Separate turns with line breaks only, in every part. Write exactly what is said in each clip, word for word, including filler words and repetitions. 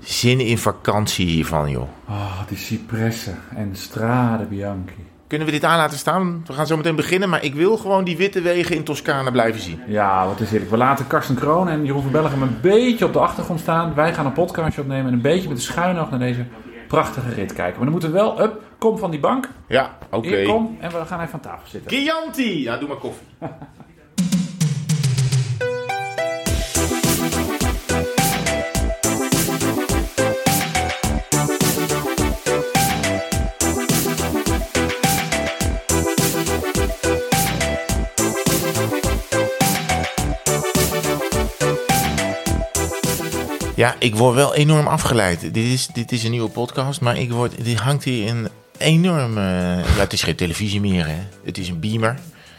zin in vakantie hiervan, joh.
Oh, die cipressen en Strade Bianchi.
Kunnen we dit aan laten staan? We gaan zo meteen beginnen, maar ik wil gewoon die witte wegen in Toscane blijven zien.
Ja, wat is heerlijk. We laten Karsten Kroon en Jeroen van Bellegem een beetje op de achtergrond staan. Wij gaan een podcastje opnemen en een beetje met de schuin oog naar deze prachtige rit kijken. Maar dan moeten we wel, up, kom van die bank.
Ja, oké.
Okay. Kom en we gaan even aan tafel zitten.
Chianti! Ja, doe maar koffie. Ja, ik word wel enorm afgeleid. Dit is, dit is een nieuwe podcast, maar ik word, dit hangt hier een enorm... Uh, ja, het is geen televisie meer, hè. Het is een beamer.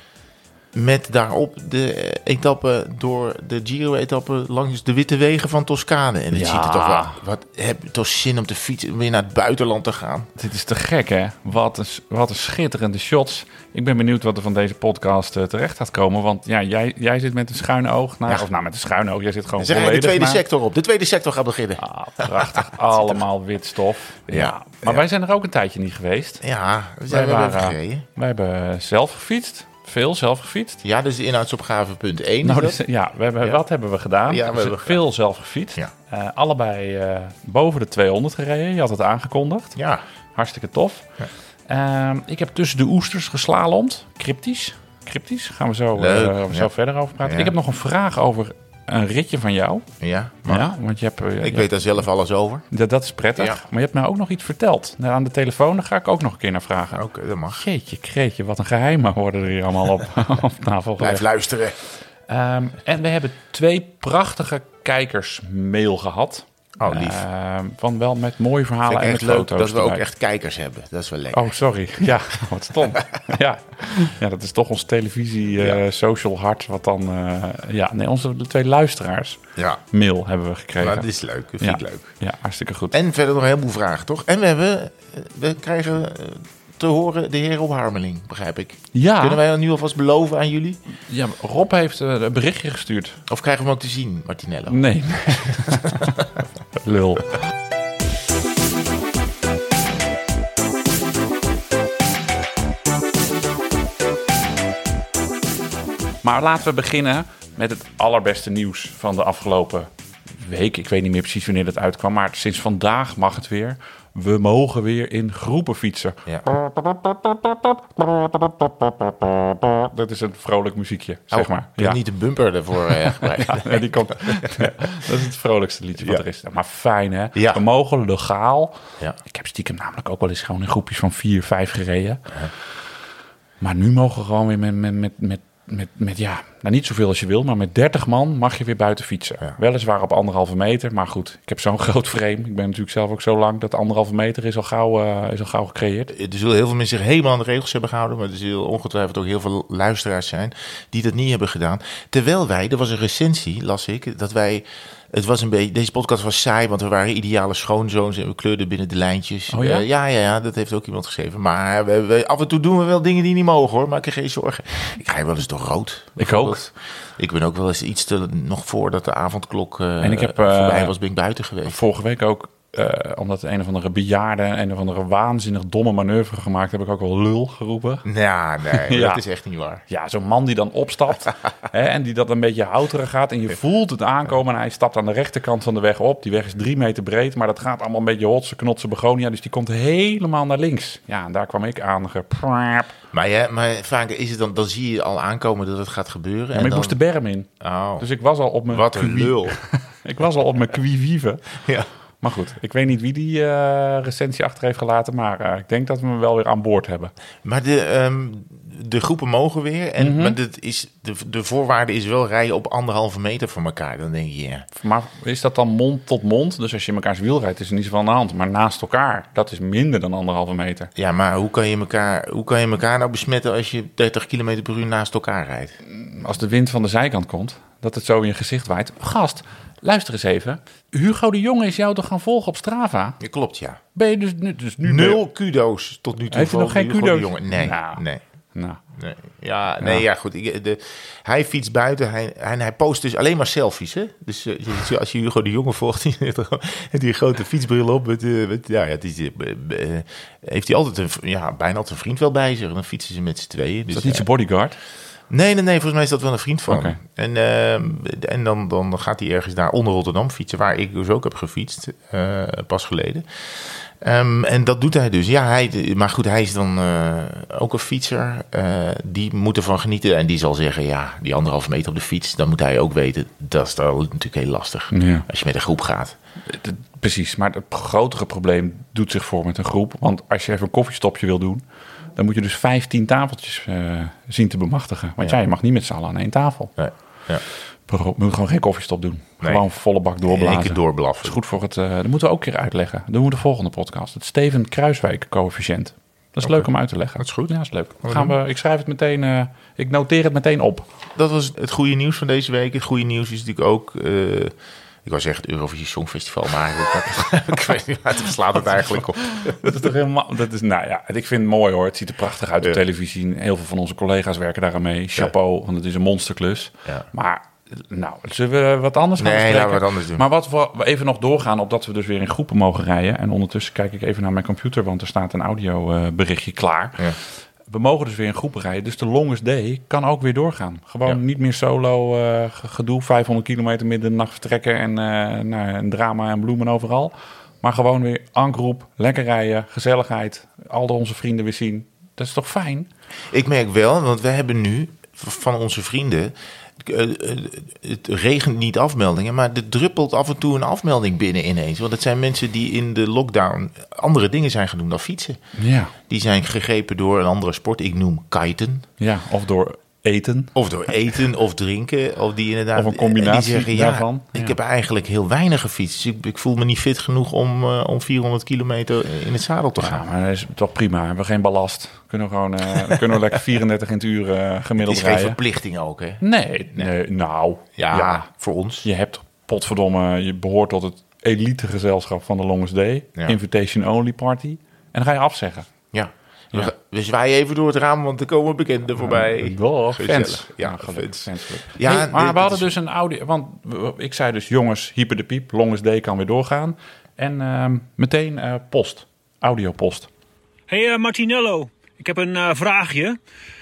Met daarop de etappe door de Giro-etappe langs de witte wegen van Toscane. En het
Ja.
ziet er toch wel... Wat, heb je toch zin om te fietsen, weer naar het buitenland te gaan?
Dit is te gek, hè? Wat een, wat een schitterende shots. Ik ben benieuwd wat er van deze podcast uh, terecht gaat komen. Want ja, jij, jij zit met een schuine oog. Naar,
Ja.
Of nou, met een schuine oog. Jij zit gewoon
Zeg je
volledig
de tweede
naar...
sector op. De tweede sector gaat beginnen.
Ah, prachtig. Allemaal wit stof. Ja.
Ja.
Maar
Ja.
wij zijn er ook een tijdje niet geweest.
Ja, we zijn
Wij
wel
waren-
even gereden.
Wij hebben zelf gefietst. Veel zelf gefietst.
Ja, dus de inhoudsopgave punt één.
Nou,
is
dus,
dat?
ja, we hebben,
Ja.
wat hebben we gedaan?
Ja, we
Dus
hebben
veel zelf gefietst.
Ja.
Uh, allebei uh, boven de tweehonderd gereden. Je had het aangekondigd.
Ja.
Hartstikke tof. Ja. Uh, ik heb tussen de oesters geslalomd. Cryptisch. Cryptisch. Gaan we zo,
Leuk,
uh, gaan we
ja.
zo verder over praten.
Ja.
Ik heb nog een vraag over een ritje van jou.
Ja, maar
Ja, want je hebt, uh,
ik
je-
weet daar zelf alles over.
dat, dat is prettig.
Ja.
Maar je hebt mij ook nog iets verteld. Nou, aan de telefoon, daar ga ik ook nog een keer naar vragen.
Oké, dat mag.
Jeetje, kreetje, wat een geheimen worden er hier allemaal op, op tafel
Blijf
gelegd.
luisteren.
Um, en we hebben twee prachtige kijkersmail gehad.
Oh, lief.
Uh, van wel met mooie verhalen
Vind ik
en
echt
met
leuk
foto's
dat we ook
erbij.
echt kijkers hebben. Dat is wel lekker.
Oh, sorry. Ja, wat stom. ja. ja, dat is toch ons televisie uh,
Ja.
social hart. Wat dan, uh, ja, nee, onze twee luisteraars
Ja,
mail hebben we gekregen.
maar dat is leuk. Dat vind
ja.
ik leuk.
Ja, hartstikke goed.
En verder nog een heleboel vragen, toch? En we hebben, we krijgen uh, te horen de heer Rob Harmeling, begrijp ik.
ja,
Kunnen wij dat nu alvast beloven aan jullie?
ja, Rob heeft uh, een berichtje gestuurd.
Of krijgen we hem ook te zien, Martinello?
Nee. Lul. Maar laten we beginnen met het allerbeste nieuws van de afgelopen week. Ik weet niet meer precies wanneer dat uitkwam, maar sinds vandaag mag het weer. We mogen weer in groepen fietsen.
Ja.
Dat is een vrolijk muziekje, zeg
Oh,
maar.
ik heb niet de bumper ervoor uh, gebruikt.
Ja, die komt, ja, dat is het vrolijkste liedje wat
Ja.
er is. Maar fijn, hè?
Ja.
We mogen legaal.
Ja.
Ik heb stiekem namelijk ook wel eens gewoon in groepjes van vier, vijf gereden. Ja. Maar nu mogen we gewoon weer met, met, met, met, met, met, ja, nou niet zoveel als je wil, maar met dertig man mag je weer buiten fietsen.
Ja.
Weliswaar op anderhalve meter, maar goed, ik heb zo'n groot frame. Ik ben natuurlijk zelf ook zo lang dat anderhalve meter is al gauw, uh, is al gauw gecreëerd.
Er zullen heel veel mensen zich helemaal aan de regels hebben gehouden, maar er zullen ongetwijfeld ook heel veel luisteraars zijn die dat niet hebben gedaan. Terwijl wij, er was een recensie, las ik, dat wij... Het was een beetje, deze podcast was saai, want we waren ideale schoonzoons en we kleurden binnen de lijntjes.
Oh ja?
Uh, ja, ja, ja, dat heeft ook iemand geschreven. Maar we, we, af en toe doen we wel dingen die niet mogen, hoor. Maak je geen zorgen. Ik ga wel eens door rood.
Ik ook.
Ik ben ook wel eens iets te, nog voordat de avondklok uh,
En ik heb, uh,
voorbij was, ben ik buiten geweest.
Vorige week ook, uh, omdat een of andere bejaarde een of andere waanzinnig domme manoeuvre gemaakt, heb ik ook wel lul geroepen.
Ja, nee,
Ja.
dat is echt niet waar.
Ja, zo'n man die dan opstapt hè, en die dat een beetje houterig gaat. En je voelt het aankomen en hij stapt aan de rechterkant van de weg op. Die weg is drie meter breed, maar dat gaat allemaal een beetje hotse, knotse begonia. Dus die komt helemaal naar links. Ja, en daar kwam ik aan. Gepraap.
Maar, ja, maar vaak is het dan, dan zie je al aankomen dat het gaat gebeuren.
Ja,
en
maar ik
dan,
moest de berm in.
Oh,
Dus ik was al op mijn...
wat een
qui-
lul.
Ik was al op mijn qui vive.
Ja.
Maar goed, ik weet niet wie die uh, recensie achter heeft gelaten. Maar uh, ik denk dat we hem wel weer aan boord hebben.
Maar de, um, de groepen mogen weer. En,
Mhm.
maar dit is, de, de voorwaarde is wel rijden op anderhalve meter van elkaar. Dan denk je, ja.
Maar is dat dan mond tot mond? Dus als je in elkaars wiel rijdt, is er niet zoveel aan de hand. Maar naast elkaar, dat is minder dan anderhalve meter.
Ja, maar hoe kan je elkaar, hoe kan je elkaar nou besmetten als je dertig kilometer per uur naast elkaar rijdt?
Als de wind van de zijkant komt, dat het zo in je gezicht waait. Gast, luister eens even. Hugo de Jonge is jou toch gaan volgen op Strava?
Ja, klopt, ja.
Ben je dus nu... Dus nu
Nul kudo's tot nu toe.
Heeft hij nog
voor
geen
Hugo de
kudo's?
Jonge. Nee,
Nou.
nee.
Nou.
Nee, ja, nee, ja. ja goed. Ik, de, hij fietst buiten. Hij, hij, hij post dus alleen maar selfies. Hè? Dus uh, als je Hugo de Jonge volgt, die heeft die grote fietsbril op. Met, uh, met, ja, ja, die, uh, uh, heeft hij altijd een, ja, bijna altijd een vriend wel bij zich. En dan fietsen ze met z'n tweeën. Dus,
is dat niet zijn bodyguard?
Nee, nee, nee, volgens mij is dat wel een vriend van.
Okay.
En, uh, en dan, dan gaat hij ergens daar onder Rotterdam fietsen, waar ik dus ook heb gefietst, uh, pas geleden. Um, en dat doet hij dus. Ja, hij, maar goed, hij is dan uh, ook een fietser. Uh, die moet ervan genieten. En die zal zeggen, ja, die anderhalve meter op de fiets, dan moet hij ook weten, dat is dan natuurlijk heel lastig. Ja. Als je met een groep gaat.
Precies, maar het grotere probleem doet zich voor met een groep. Want als je even een koffiestopje wil doen, dan moet je dus vijftien tafeltjes uh, zien te bemachtigen. Want ja. ja, je mag niet met z'n allen aan één tafel.
Nee. Ja.
We moeten gewoon geen koffiestop doen. Nee. Gewoon volle bak doorblazen.
Eén keer doorblaffen.
Dat is goed voor het... Uh, dat moeten we ook een keer uitleggen. Dat doen we de volgende podcast. Het Steven Kruiswijk-coëfficiënt. Dat is okay. leuk om uit te leggen.
Dat is goed.
Ja, dat is leuk. Gaan we, ik schrijf het meteen... Uh, ik noteer het meteen op.
Dat was het goede nieuws van deze week. Het goede nieuws is natuurlijk ook... Uh, ik wou zeggen het Eurovisie Songfestival, maar ik weet niet, het slaat het eigenlijk op.
Dat is toch helemaal... Dat is, nou ja, ik vind het mooi hoor. Het ziet er prachtig uit op ja. televisie. Heel veel van onze collega's werken daar aan mee. Chapeau, ja. want het is een monsterklus. Ja. Maar... Nou, zullen we wat anders gaan
nee,
bespreken?
laten we wat anders doen.
Maar wat we even nog doorgaan, opdat we dus weer in groepen mogen rijden. En ondertussen kijk ik even naar mijn computer, want er staat een audioberichtje klaar. Ja. We mogen dus weer in groepen rijden. Dus de Longest Day kan ook weer doorgaan. Gewoon ja. niet meer solo uh, gedoe, vijfhonderd kilometer midden in de nacht vertrekken en uh, nou, een drama en bloemen overal. Maar gewoon weer en groep, lekker rijden, gezelligheid, al onze vrienden weer zien. Dat is toch fijn?
Ik merk wel, want we hebben nu van onze vrienden... Uh, het regent niet afmeldingen, maar er druppelt af en toe een afmelding binnen ineens. Want het zijn mensen die in de lockdown andere dingen zijn gaan doen dan fietsen.
Ja.
Die zijn gegrepen door een andere sport. Ik noem kiten.
Ja, of door eten.
Of door eten of drinken. Of die inderdaad.
Of een combinatie die zeggen, daarvan.
Ja, ik
ja.
heb eigenlijk heel weinig gefietst. Dus ik, ik voel me niet fit genoeg om, uh, om vierhonderd kilometer in het zadel te gaan.
Ja, maar dat is toch prima. We hebben geen ballast. Kunnen we gewoon uh, kunnen we lekker vierendertig in het uur uh, gemiddeld rijden. Het is
geen
rijden.
verplichting ook, hè?
Nee, nee. nee nou.
Ja, ja, voor ons.
Je hebt, potverdomme, je behoort tot het elite gezelschap van de Longest Day. Ja. Invitation only party. En dan ga je afzeggen.
Ja. Ja. We, we zwaaien even door het raam, want er komen bekenden voorbij.
Ja, fans.
Ja,
ja, fans. fans.
Ja,
hey, maar
dit,
we hadden
is...
dus een audio... Want ik zei dus, jongens, hyper de piep. Longest Day kan weer doorgaan. En uh, meteen uh, post. Audiopost.
Hey uh, Martinello, ik heb een uh, vraagje.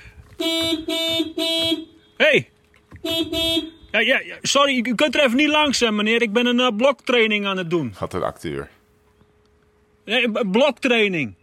Hey. Ja, ja, ja, sorry, u kunt er even niet langs, hè, meneer. Ik ben een uh, bloktraining aan het doen.
Wat een acteur.
Nee, een bloktraining.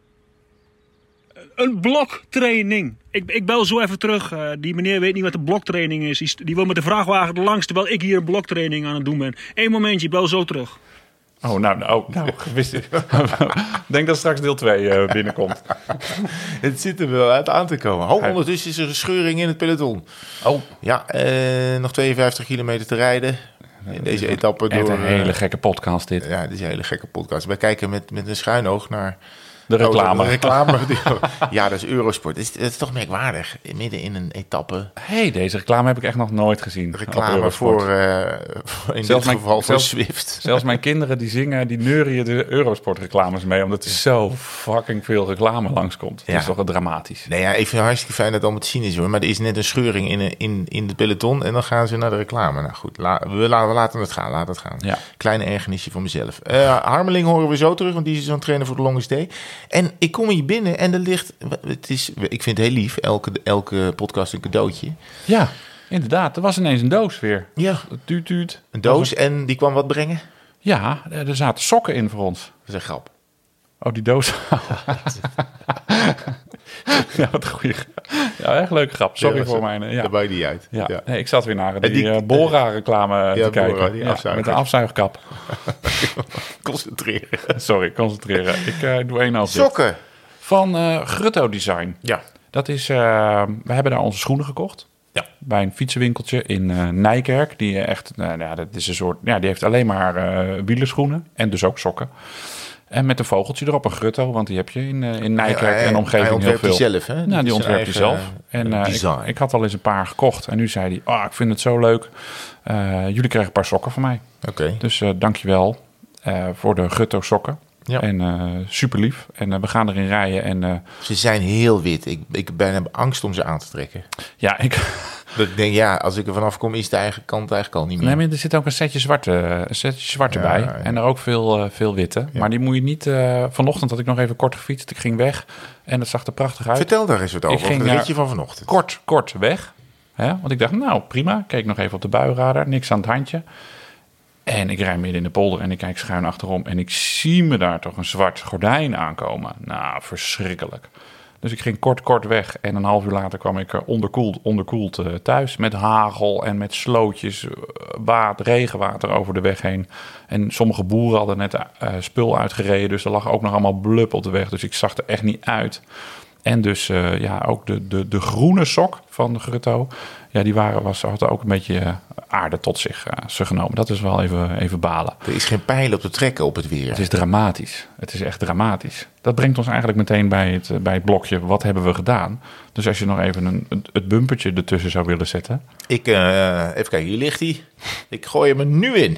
Een bloktraining. Ik, ik bel zo even terug. Uh, die meneer weet niet wat een bloktraining is. Die, die wil met de vrachtwagen er langs, terwijl ik hier een bloktraining aan het doen ben. Eén momentje, ik bel zo terug.
Oh, nou, nou, nou wist ik. Denk dat straks deel twee uh, binnenkomt.
Het zit er wel uit aan te komen. Ho, ondertussen is er een scheuring in het peloton.
Oh.
Ja, uh, nog tweeënvijftig kilometer te rijden. In deze etappe door...
Het is een hele gekke podcast dit.
Ja, dit is een hele gekke podcast. Wij kijken met, met een schuin oog naar...
De reclame.
Oh, de reclame. Ja, dat is Eurosport. Het is, het is toch merkwaardig. Midden in een etappe.
Hey, deze reclame heb ik echt nog nooit gezien.
Reclame voor, uh, voor in zelfs dit geval mijn, voor zelfs, Zwift.
Zelfs mijn kinderen die zingen, die neurien de Eurosport reclames mee. Omdat er zo fucking veel reclame langskomt. Dat ja. is toch dramatisch.
Nee, ja, ik vind het hartstikke fijn dat het allemaal te zien is hoor. Maar er is net een scheuring in, in, in het peloton. En dan gaan ze naar de reclame. Nou goed, la, we, la, we laten het gaan. Laat het gaan. Ja. Kleine ergernisje voor mezelf. Uh, Harmeling horen we zo terug. Want die is zo'n trainer voor de Longest Day. En ik kom hier binnen en er ligt... Het is, ik vind het heel lief, elke, elke podcast een cadeautje.
Ja, inderdaad. Er was ineens een doos weer.
Ja.
Tuut, tuut.
Een doos en die kwam wat brengen?
Ja, er zaten sokken in voor ons.
Dat is een grap.
Oh, die doos. Ja, wat een goeie. Ja, echt leuke grap. Sorry ja, voor mijn... Ja.
Daar maakt niet uit.
Ja. Ja. Nee, ik zat weer naar die, die uh, Bora-reclame ja, te kijken. Bora, die ja, met de afzuigkap.
Concentreren.
Sorry, concentreren. Ik uh, doe één als
sokken.
Dit. Van uh, Grutto Design. Ja. Dat is... Uh, we hebben daar onze schoenen gekocht. Ja. Bij een fietsenwinkeltje in uh, Nijkerk. Die echt... Uh, ja, dat is een soort... Ja, die heeft alleen maar uh, wielerschoenen. En dus ook sokken. En met een vogeltje erop, een Grutto, want die heb je in, uh, in Nijkerk ja, en omgeving heel veel.
Die zelf, hè?
Nou, die ontwerpt hij zelf. En uh, ik, ik had al eens een paar gekocht. En nu zei hij, oh, ik vind het zo leuk. Uh, jullie krijgen een paar sokken van mij.
Oké. Okay.
Dus uh, dankjewel uh, voor de Grutto sokken.
Ja.
En uh, super lief. En uh, we gaan erin rijden. En, uh,
ze zijn heel wit. Ik, ik ben heb angst om ze aan te trekken.
Ja, ik...
Dat ik denk, ja, als ik er vanaf kom, is de eigen kant eigenlijk al niet meer.
Nee, maar er zit ook een setje zwarte, een setje zwarte ja, bij. Ja. En er ook veel, uh, veel witte. Ja. Maar die moet je niet... Uh, vanochtend had ik nog even kort gefietst. Ik ging weg en het zag er prachtig uit.
Vertel daar eens wat over.
Ik ging
het ritje van vanochtend.
Kort, kort weg. Hè? Want ik dacht, nou prima. Keek nog even op de buienradar. Niks aan het handje. En ik rijd midden in de polder en ik kijk schuin achterom. En ik zie me daar toch een zwart gordijn aankomen. Nou, verschrikkelijk. Dus ik ging kort, kort weg. En een half uur later kwam ik onderkoeld, onderkoeld uh, thuis. Met hagel en met slootjes, uh, water, regenwater over de weg heen. En sommige boeren hadden net uh, spul uitgereden. Dus er lag ook nog allemaal blub op de weg. Dus ik zag er echt niet uit. En dus uh, ja, ook de, de, de groene sok van de Grutto. Ja, die waren, was, hadden ook een beetje uh, aarde tot zich, uh, zich genomen. Dat is wel even, even balen.
Er is geen pijl op te trekken op het weer.
Het is dramatisch. Het is echt dramatisch. Dat brengt ons eigenlijk meteen bij het, bij het blokje. Wat hebben we gedaan? Dus als je nog even een, het, het bumpertje ertussen zou willen zetten.
Ik, uh, even kijken, hier ligt hij. Ik gooi hem er nu in.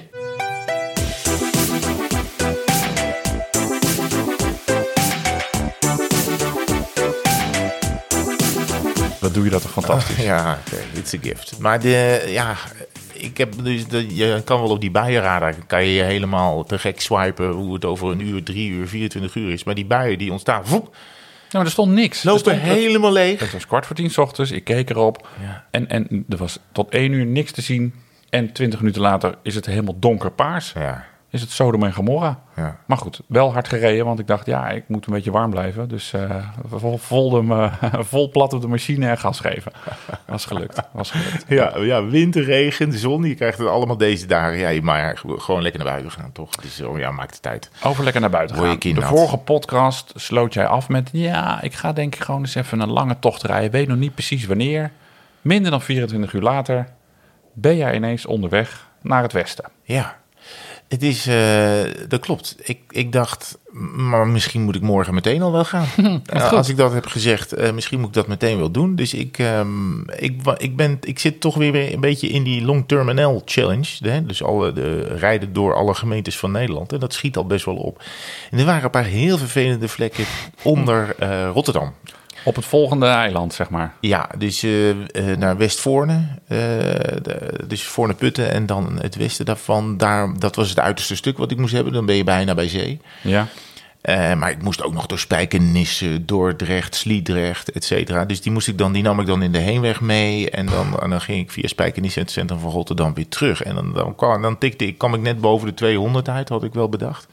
Wat doe je dat toch fantastisch?
Uh, ja, okay, it's a gift. Maar de, ja, ik heb dus de, je kan wel op die buienradar, kan je helemaal te gek swipen hoe het over een uur, drie uur, vierentwintig uur is. Maar die buien die ontstaan, voep,
nou, maar er stond niks.
Lopen
stond,
helemaal leeg.
Het was kwart voor tien 's ochtends, ik keek erop ja. en, en er was tot één uur niks te zien. En twintig minuten later is het helemaal donkerpaars.
Ja.
Is het Sodom en Gomorra.
Ja.
Maar goed, wel hard gereden, want ik dacht, ja, ik moet een beetje warm blijven. Dus uh, vol, vol, de, uh, vol plat op de machine en gas geven. Was gelukt, was gelukt.
Ja, ja, winter, regen, zon, je krijgt het allemaal deze dagen. Ja, maar gewoon lekker naar buiten gaan, toch? Dus ja, maakt de tijd.
Over lekker naar buiten gaan. De vorige podcast sloot jij af met, ja, ik ga denk ik gewoon eens even een lange tocht rijden. Weet nog niet precies wanneer. Minder dan vierentwintig uur later ben jij ineens onderweg naar het westen.
Ja. Het is, uh, dat klopt. Ik, ik dacht, maar misschien moet ik morgen meteen al wel gaan. uh, als ik dat heb gezegd, uh, misschien moet ik dat meteen wel doen. Dus ik, um, ik, ik, ben, ik zit toch weer een beetje in die Long Term N L Challenge. Hè? Dus alle, de, rijden door alle gemeentes van Nederland. En dat schiet al best wel op. En er waren een paar heel vervelende vlekken onder uh, Rotterdam.
Op het volgende eiland, zeg maar.
Ja, dus uh, uh, naar Westvoorne, uh, de, dus Voorne-Putten en dan het westen daarvan. Daar, dat was het uiterste stuk wat ik moest hebben. Dan ben je bijna bij zee.
Ja.
Uh, maar ik moest ook nog door Spijkenisse, Dordrecht, Sliedrecht, et cetera. Dus die, moest ik dan, die nam ik dan in de heenweg mee. En dan, en dan ging ik via Spijkenisse en het centrum van Rotterdam weer terug. En dan, dan, kwam, dan tikte ik, kwam ik net boven de tweehonderd uit, had ik wel bedacht.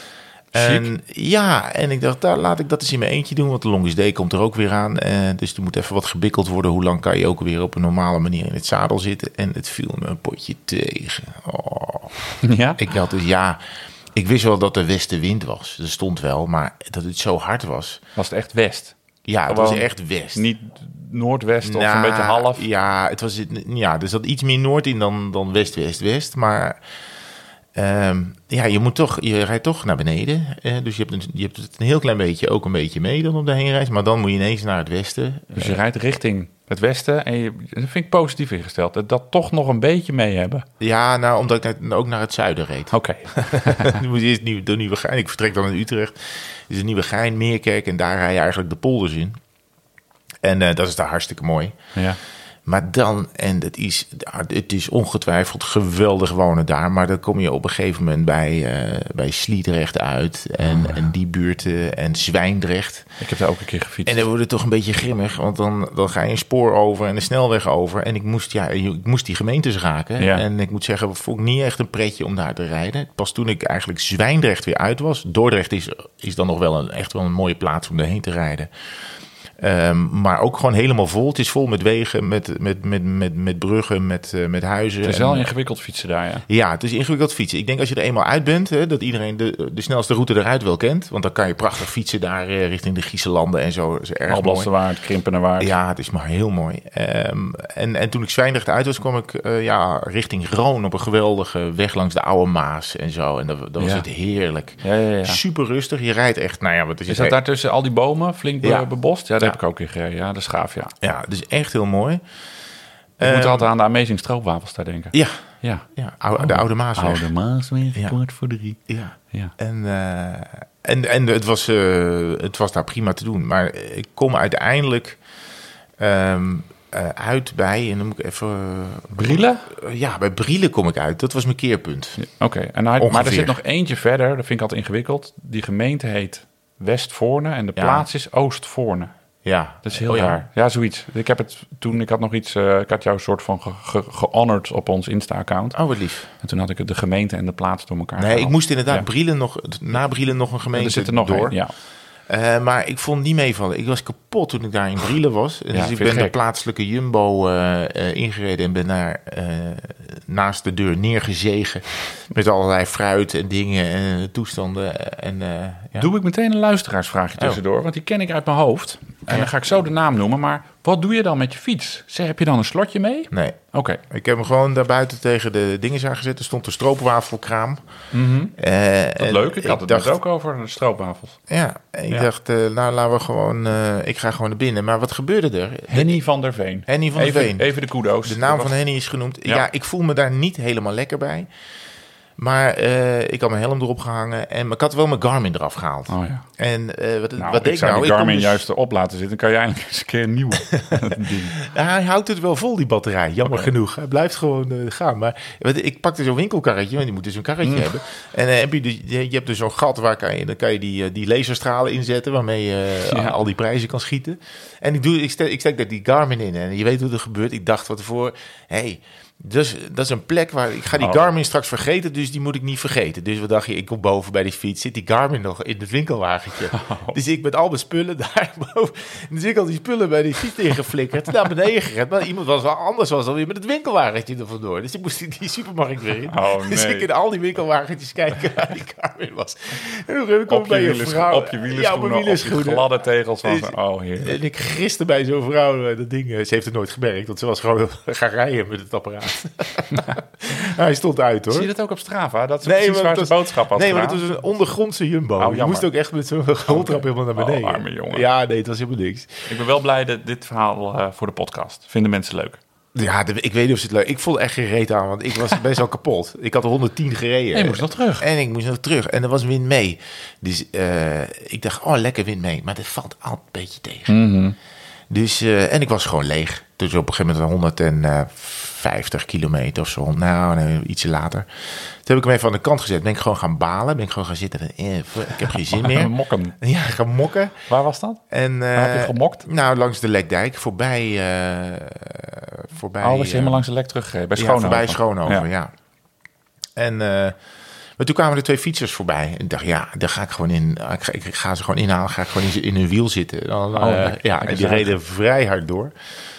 En, ja, en ik dacht, daar laat ik dat eens in mijn eentje doen, want de Longest Day komt er ook weer aan. Uh, dus er moet even wat gebikkeld worden. Hoe lang kan je ook weer op een normale manier in het zadel zitten? En het viel me een potje tegen. Oh.
Ja?
Ik had dus, ja, ik wist wel dat er westenwind was. Dat stond wel, maar dat het zo hard was.
Was het echt west?
Ja, het
Gewoon
was echt west.
Niet noordwest of
nou,
een beetje half?
Ja, het was, ja, er zat iets meer noord in dan, dan west-west-west, maar... Um, ja, je moet toch, je rijdt toch naar beneden. Eh, dus je hebt, een, je hebt het een heel klein beetje ook een beetje mee dan op de heenreis. Maar dan moet je ineens naar het westen.
Dus je uh, rijdt richting het westen en je, dat vind ik positief ingesteld. Dat, dat toch nog een beetje mee hebben.
Ja, nou, omdat ik ook naar het zuiden reed.
Oké.
Okay. Dan moet je eerst nieuw, door Nieuwegein. Ik vertrek dan in Utrecht. Dus in Nieuwegein, Meerkerk en daar rij je eigenlijk de polders in. En uh, dat is daar hartstikke mooi.
Ja.
Maar dan, en het is, het is ongetwijfeld geweldig wonen daar, maar dan kom je op een gegeven moment bij, uh, bij Sliedrecht uit en, oh, ja. en die buurten en Zwijndrecht.
Ik heb daar ook een keer gefietst.
En dan wordt het toch een beetje grimmig, want dan, dan ga je een spoor over en een snelweg over. En ik moest, ja, ik moest die gemeentes raken. Ja. En ik moet zeggen, het vond ik niet echt een pretje om daar te rijden. Pas toen ik eigenlijk Zwijndrecht weer uit was. Dordrecht is, is dan nog wel een, echt wel een mooie plaats om erheen te rijden. Um, maar ook gewoon helemaal vol. Het is vol met wegen, met, met, met, met, met bruggen, met, uh, met huizen.
Het is wel
en,
ingewikkeld fietsen daar, ja.
Ja, het is ingewikkeld fietsen. Ik denk als je er eenmaal uit bent, hè, dat iedereen de, de snelste route eruit wel kent. Want dan kan je prachtig fietsen daar uh, richting de Gieselanden en zo. Dat is erg
Alblasserwaard, Krimpenerwaard.
Ja, het is maar heel mooi. Um, en, en toen ik Zwijndrecht uit was, kwam ik uh, ja, richting Roon op een geweldige weg langs de Oude Maas en zo. En dat, dat was ja. het heerlijk.
Ja, ja, ja.
Super rustig. Je rijdt echt, nou ja, wat is,
is dat daar tussen al die bomen flink
ja.
bebost? Ja, dat
ja.
heb ik ook weer gereden. Ja, dat is gaaf, ja.
Ja, dus echt heel mooi.
Ik um, moet altijd aan de Amazing Stroopwafels daar denken.
Ja,
ja.
ja oude, de Oude Maasweg.
Oude Maasweg, ja. kwart voor drie.
Ja.
ja.
En, uh, en en het, was, uh, het was daar prima te doen. Maar ik kom uiteindelijk um, uh, uit bij... En dan moet ik even... Uh,
Brielen?
Uh, ja, bij Brielen kom ik uit. Dat was mijn keerpunt.
Ja, Oké, okay. Maar er zit nog eentje verder. Dat vind ik altijd ingewikkeld. Die gemeente heet West-Voorne en de ja. plaats is Oost-Voorne.
Ja.
Dat is heel
oh, ja.
raar. Ja, zoiets. Ik heb het toen, ik had nog iets, uh, ik had jou een soort van ge, ge, gehonored op ons Insta-account.
Oh, wat lief.
En toen had ik de gemeente en de plaats door elkaar
Nee,
gehaald.
ik moest inderdaad
ja.
Brielen nog, na Brielen nog een gemeente
er zit er nog
door.
Een, ja.
Uh, maar ik vond niet meevallen. Ik was kapot toen ik daar in Brielen was.
Ja,
dus ik ben de plaatselijke Jumbo uh, uh, ingereden en ben daar uh, naast de deur neergezegen. Met allerlei fruit en dingen en toestanden. En, uh, ja.
Doe ik meteen een luisteraarsvraagje tussendoor, oh. want die ken ik uit mijn hoofd. En ja. dan ga ik zo de naam noemen. Maar wat doe je dan met je fiets? Zeg, heb je dan een slotje mee?
Nee.
Oké. Okay.
Ik heb hem gewoon daar buiten tegen de dingen gezet. Er stond een stroopwafelkraam.
Mm-hmm. Uh, dat leuk. Ik had ik het dacht, ook over de stroopwafels.
Ja, ik ja. dacht, uh, nou laten we gewoon... Uh, ik ga gewoon naar binnen. Maar wat gebeurde er?
Henny van der Veen.
Henny van
even,
der Veen.
Even de kudo's.
De naam
was...
van Henny is genoemd. Ja.
Ja.
ja, ik voel me daar niet helemaal lekker bij. Maar uh, ik had mijn helm erop gehangen en ik had wel mijn Garmin eraf gehaald.
Oh ja.
En uh, wat,
nou,
wat deed ik nou?
Ik zou die Garmin dus... juist erop laten zitten. Dan kan je eindelijk eens een keer een nieuwe ding.
Ja, hij houdt het wel vol, die batterij. Jammer okay. genoeg. Hij blijft gewoon uh, gaan. Maar ik pakte zo'n winkelkarretje, want die moet dus een karretje mm. hebben. En uh, heb je, de, je hebt dus zo'n gat waar kan je, dan kan je die, uh, die laserstralen inzetten, waarmee je uh, ja. al die prijzen kan schieten. En ik, doe, ik, stek, ik stek daar die Garmin in en je weet wat er gebeurt. Ik dacht wat ervoor, hé... Hey, Dus dat is een plek waar ik ga die oh. Garmin straks vergeten, dus die moet ik niet vergeten. Dus wat dacht je, ik kom boven bij die fiets, zit die Garmin nog in het winkelwagentje. Oh. Dus ik met al mijn spullen daar boven. Dus ik al die spullen bij die fiets ingeflikkerd, naar beneden gerend. Maar iemand was wel anders, was alweer met het winkelwagentje er vandoor. Dus ik moest in die supermarkt weer in.
Oh, nee.
Dus ik in al die winkelwagentjes kijken waar die Garmin was. En toen kom ik bij je vrouw.
Op je wielerschoenen, ja, op je gladde tegels. Van, dus, oh, heerlijk.
En ik griste bij zo'n vrouw dat ding. Ze heeft het nooit gemerkt, want ze was gewoon gaan rijden met het apparaat. Hij stond uit, hoor.
Zie je dat ook op Strava? Dat is nee, precies waar zijn boodschap had
Nee,
gedaan.
maar het was een ondergrondse Jumbo. Oh, je moest ook echt met zo'n roltrap helemaal naar beneden.
Oh, arme jongen.
Ja, nee, het was helemaal niks.
Ik ben wel blij dat dit verhaal uh, voor de podcast. Vinden mensen leuk?
Ja, de, ik weet niet of ze het leuk... Ik voelde echt geen reet aan, want ik was best wel kapot. Ik had honderdtien gereden.
En je moest nog terug.
En ik moest nog terug. En er was wind mee. Dus uh, ik dacht, oh, lekker wind mee. Maar dat valt altijd een beetje tegen.
Mm-hmm.
Dus, uh, en ik was gewoon leeg. Dus op een gegeven moment honderdvijftig kilometer of zo. Nou, nee, ietsje later. Toen heb ik hem even aan de kant gezet. Ben ik gewoon gaan balen. Ben ik gewoon gaan zitten. Eh, ik heb geen zin meer.
Mokken.
Ja, gaan mokken.
Waar was dat?
En, uh,
Waar heb je gemokt?
Nou, langs de Lekdijk. Voorbij... Uh, voorbij
oh, was je helemaal langs de Lek teruggegeven? Bij Schoonhoven?
Ja, voorbij Schoonhoven, ja. ja. En... Uh, maar toen kwamen er twee fietsers voorbij. En ik dacht, ja, daar ga ik gewoon in. Ik ga, ik ga ze gewoon inhalen. Ga ik gewoon in, in hun wiel zitten. Dan, oh, uh, ja, en die reden vrij hard door.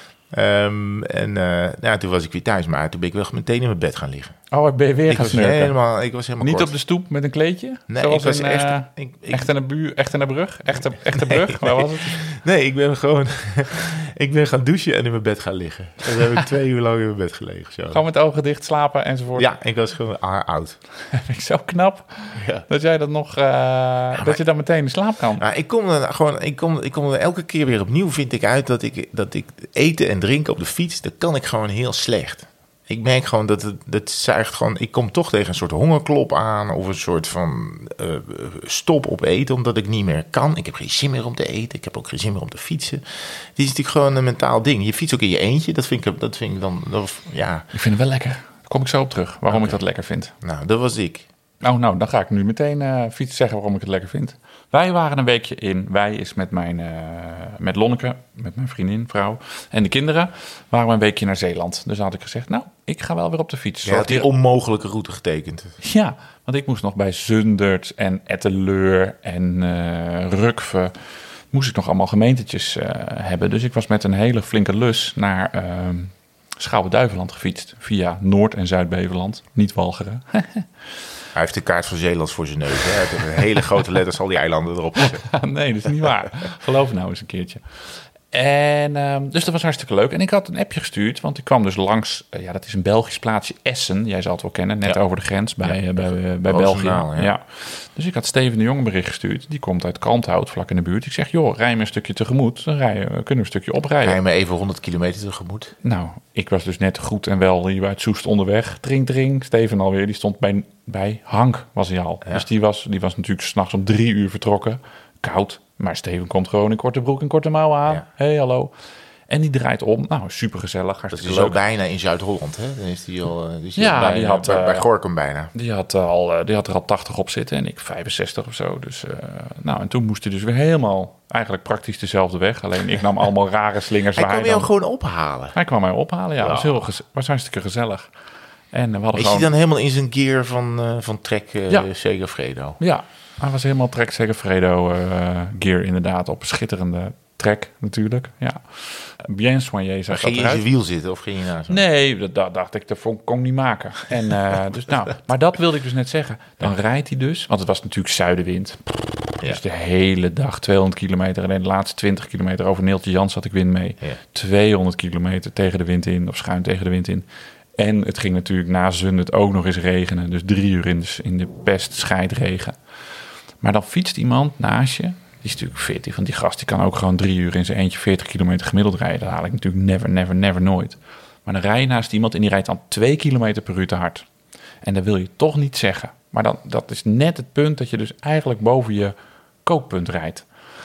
Um, en uh, nou, toen was ik weer thuis. Maar toen ben ik wel meteen in mijn bed gaan liggen.
Oh, ben je weer
ik
gaan
was
snurken?
helemaal, ik was helemaal
Niet
kort.
op de stoep met een kleedje?
Nee,
Zoals
ik was
een,
echt...
Uh,
ik, ik,
echt, in de buur, echt in de brug? Echte, echte brug?
Nee,
Waar was het?
Nee, ik ben gewoon... ik ben gaan douchen en in mijn bed gaan liggen. En dan heb ik twee uur lang in mijn bed gelegen. Zo.
Gewoon met de ogen dicht slapen enzovoort?
Ja, ik was gewoon ah, oud.
Dat vind ik zo knap. Ja. Dat jij dat nog... Uh, ja, dat maar, je dan meteen in slaap kan.
Nou, ik kom er gewoon... Ik kom, ik kom er elke keer weer opnieuw, vind ik uit... dat ik, dat ik eten en drinken op de fiets... dat kan ik gewoon heel slecht. Ik merk gewoon dat het, dat zuigt gewoon... Ik kom toch tegen een soort hongerklop aan... of een soort van uh, stop op eten... omdat ik niet meer kan. Ik heb geen zin meer om te eten. Ik heb ook geen zin meer om te fietsen. Het is natuurlijk gewoon een mentaal ding. Je fietst ook in je eentje. Dat vind ik, dat vind ik dan... Dat, ja.
Ik vind het wel lekker. Daar kom ik zo op terug. Waarom okay. ik dat lekker vind.
Nou, dat was ik.
Nou, nou dan ga ik nu meteen uh, fietsen zeggen waarom ik het lekker vind. Wij waren een weekje in... Wij is met mijn... Uh, met Lonneke, met mijn vriendin, vrouw en de kinderen... waren we een weekje naar Zeeland. Dus had ik gezegd, nou, ik ga wel weer op de fiets.
Je had die onmogelijke route getekend.
Ja, want ik moest nog bij Zundert en Etteleur en uh, Rukve... moest ik nog allemaal gemeentetjes uh, hebben. Dus ik was met een hele flinke lus naar uh, Schouwen-Duiveland gefietst... via Noord- en Zuid-Beveland, niet Walcheren.
Hij heeft de kaart van Zeeland voor zijn neus. Hè? Hij heeft een hele grote letters al die eilanden erop gezet.
Nee, dat is niet waar. Geloof nou eens een keertje. En um, dus dat was hartstikke leuk. En ik had een appje gestuurd, want ik kwam dus langs... Uh, ja, dat is een Belgisch plaatsje, Essen. Jij zal het wel kennen, net ja. over de grens bij, ja, uh, bij, uh, bij België. Ja. ja. Dus ik had Steven de Jong een bericht gestuurd. Die komt uit Kalmthout, vlak in de buurt. Ik zeg, joh, rij me een stukje tegemoet. Dan rijden, kunnen we een stukje oprijden.
Rij me even honderd kilometer tegemoet.
Nou, ik was dus net goed en wel hier uit Soest onderweg. Drink, drink. Steven alweer, die stond bij, bij Hank, was hij al. Ja. Dus die was, die was natuurlijk 's nachts om drie uur vertrokken. Koud. Maar Steven komt gewoon in korte broek en korte mouwen aan. Ja. Hey, hallo. En die draait om. Nou, supergezellig.
Dat is zo bijna in Zuid-Holland, hè? Dan is die al, die is die
ja,
al bij,
die had,
bij, bij Gorinchem bijna.
Die had, al, die had er al tachtig op zitten en ik vijfenzestig of zo. Dus, uh, nou, en toen moest hij dus weer helemaal... Eigenlijk praktisch dezelfde weg. Alleen ik nam allemaal rare slingers.
Hij
waar
kwam
hij
jou gewoon ophalen?
Hij kwam mij ophalen, ja.
Wow.
Dat was, heel gez- was hartstikke gezellig. En we hadden
is
gewoon...
hij dan helemaal in zijn gear van, uh, van Trek uh,
ja.
Segafredo?
Ja, hij was helemaal Trek Segafredo uh, gear inderdaad. Op een schitterende Trek natuurlijk, ja. Bien soigné zag
ging je in zijn wiel zitten of ging je naast hem?
Nee, dat, dat dacht ik, dat kon ik niet maken. En, uh, dus, nou, maar dat wilde ik dus net zeggen. Dan ja. rijdt hij dus, want het was natuurlijk zuidenwind. Ja. Dus de hele dag tweehonderd kilometer. En de laatste twintig kilometer over Neeltje Jans had ik wind mee. Ja. tweehonderd kilometer tegen de wind in, of schuin tegen de wind in. En het ging natuurlijk na Zundert ook nog eens regenen. Dus drie uur in de, in de pest scheidregen. Maar dan fietst iemand naast je. Die is natuurlijk fit. Want die gast die kan ook gewoon drie uur in zijn eentje veertig kilometer gemiddeld rijden. Dat haal ik natuurlijk never, never, never nooit. Maar dan rij je naast iemand en die rijdt dan twee kilometer per uur te hard. En dat wil je toch niet zeggen. Maar dan, dat is net het punt dat je dus eigenlijk boven je kookpunt rijdt.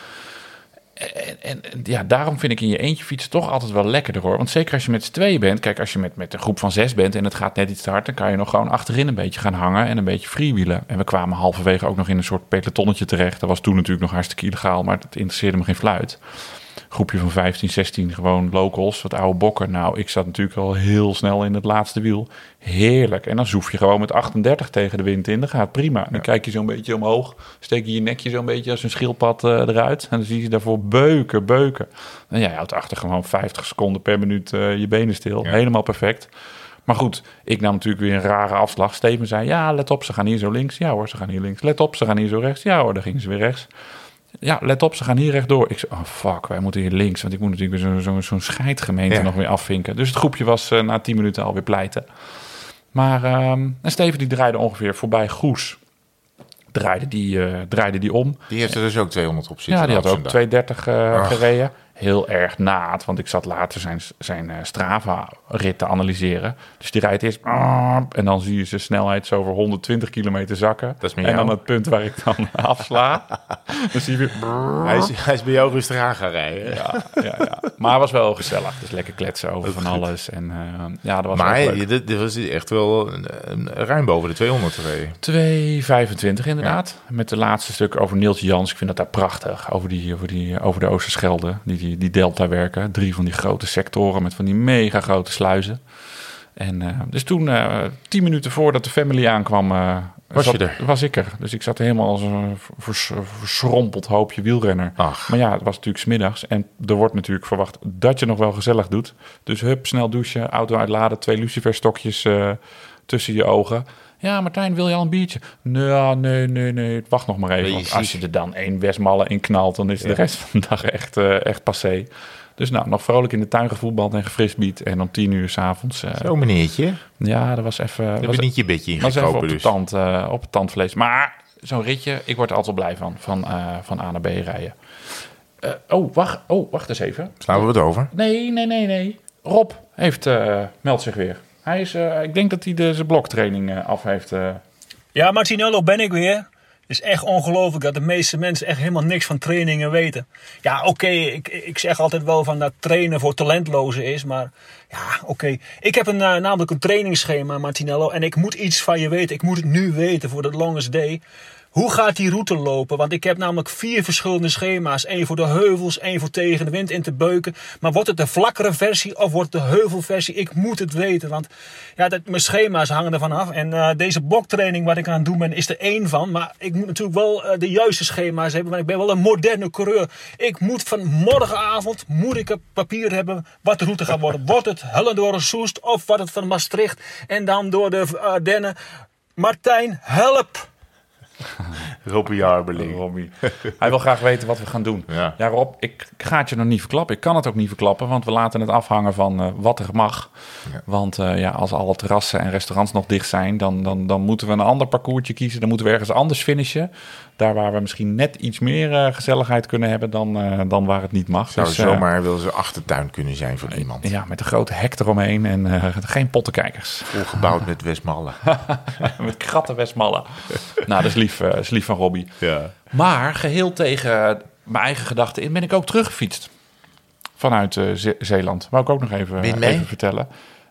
En, en ja, daarom vind ik in je eentje fietsen toch altijd wel lekkerder hoor. Want zeker als je met z'n tweeën bent. Kijk, als je met, met een groep van zes bent en het gaat net iets te hard, dan kan je nog gewoon achterin een beetje gaan hangen en een beetje freewheelen. En we kwamen halverwege ook nog in een soort pelotonnetje terecht. Dat was toen natuurlijk nog hartstikke illegaal, maar het interesseerde me geen fluit. Groepje van vijftien, zestien gewoon locals, wat oude bokken. Nou, ik zat natuurlijk al heel snel in het laatste wiel. Heerlijk. En dan zoef je gewoon met achtendertig tegen de wind in. Dan gaat het prima. Dan ja. kijk je zo'n beetje omhoog. Steek je je nekje zo'n beetje als een schildpad uh, eruit. En dan zie je daarvoor beuken, beuken. En jij houdt achter gewoon vijftig seconden per minuut uh, je benen stil. Ja. Helemaal perfect. Maar goed, ik nam natuurlijk weer een rare afslag. Steven zei, ja, let op, ze gaan hier zo links. Ja hoor, ze gaan hier links. Let op, ze gaan hier zo rechts. Ja hoor, dan gingen ze weer rechts. Ja, let op, ze gaan hier rechtdoor. Ik zei, oh fuck, wij moeten hier links. Want ik moet natuurlijk weer zo, zo, zo'n scheidgemeente ja. nog weer afvinken. Dus het groepje was uh, na tien minuten alweer pleiten. Maar um, en Steven die draaide ongeveer voorbij Goes. Draaide die, uh, draaide die om.
Die heeft er dus ook tweehonderd op zitten.
Ja, die had ook tweehonderddertig uh, gereden. Heel erg naad, want ik zat later zijn, zijn uh, Strava-rit te analyseren. Dus die rijdt eerst... En dan zie je zijn snelheid zo over honderdtwintig kilometer zakken.
Dat is
en dan het punt waar ik dan afsla. Dan zie je weer...
Hij is, hij is bij jou rustig aan gaan rijden.
Ja, ja, ja. Maar het was wel gezellig. Dus lekker kletsen over van goed. Alles. En, uh, ja, dat was
maar
leuk.
dit, dit was echt wel uh, ruim boven de tweehonderd gereden.
twee vijfentwintig inderdaad. Ja. Met de laatste stuk over Neeltje Jans. Ik vind dat daar prachtig. Over, die, over, die, over de Oosterschelde. Die, die, die delta werken. Drie van die grote sectoren met van die mega grote sluizen. En uh, dus toen, uh, tien minuten voordat de family aankwam, uh,
was,
zat,
je er?
was ik er. Dus ik zat helemaal als een vers, verschrompeld hoopje wielrenner.
Ach.
Maar ja, het was natuurlijk 's middags. En er wordt natuurlijk verwacht dat je nog wel gezellig doet. Dus hup, snel douchen, auto uitladen, twee luciferstokjes uh, tussen je ogen. Ja, Martijn, wil je al een biertje? Nee, nee, nee, nee. Wacht nog maar even. Want als je er dan één Westmalle in knalt, dan is ja. de rest van de dag echt, uh, echt passé. Dus nou, nog vrolijk in de tuin gevoetbald en gefrisbeet. En om tien uur 's avonds... Uh,
Zo meneertje.
Ja, dat was even...
Dat was niet je bedje
ingekropen was even op
dus.
De tand, uh, op het tandvlees. Maar zo'n ritje, ik word er altijd blij van. Van, uh, van A naar B rijden. Uh, oh, wacht, oh, wacht eens even.
Slaan we het over?
Nee, nee, nee, nee. Rob heeft, uh, meldt zich weer. Hij is, uh, ik denk dat hij de, zijn bloktraining uh, af heeft. Uh.
Ja, Martinello ben ik weer. Het is echt ongelooflijk dat de meeste mensen echt helemaal niks van trainingen weten. Ja, oké, okay, ik, ik zeg altijd wel van dat trainen voor talentlozen is. Maar ja, oké. Okay. Ik heb een, uh, namelijk een trainingsschema, Martinello. En ik moet iets van je weten. Ik moet het nu weten voor de longest day. Hoe gaat die route lopen? Want ik heb namelijk vier verschillende schema's. Eén voor de heuvels, één voor tegen de wind in te beuken. Maar wordt het de vlakkere versie of wordt het de heuvelversie? Ik moet het weten, want ja, dat, mijn schema's hangen ervan af. En uh, deze bloktraining wat ik aan het doen ben, is er één van. Maar ik moet natuurlijk wel uh, de juiste schema's hebben, want ik ben wel een moderne coureur. Ik moet van morgenavond, moet ik op papier hebben wat de route gaat worden. Wordt het Hellendoorn Soest of wordt het van Maastricht en dan door de Ardennen? Martijn, help!
Robbie Harbeling.
Robbie. Hij wil graag weten wat we gaan doen.
Ja.
Ja, Rob, ik ga het je nog niet verklappen. Ik kan het ook niet verklappen, want we laten het afhangen van uh, wat er mag. Ja. Want uh, ja, als alle terrassen en restaurants nog dicht zijn, dan, dan, dan moeten we een ander parcoursje kiezen. Dan moeten we ergens anders finishen. Daar waar we misschien net iets meer uh, gezelligheid kunnen hebben dan, uh, dan waar het niet mag.
Zou
dus,
zomaar uh, wel zijn achtertuin kunnen zijn voor iemand.
Ja, met een grote hek eromheen en uh, geen pottenkijkers.
Volgebouwd met Westmalle.
Met kratten Westmalle. Nou, dat is lief, uh, is lief van Robbie.
Ja.
Maar geheel tegen mijn eigen gedachten in ben ik ook teruggefietst. Vanuit uh, Ze- Zeeland. Wou ik ook nog even, even vertellen.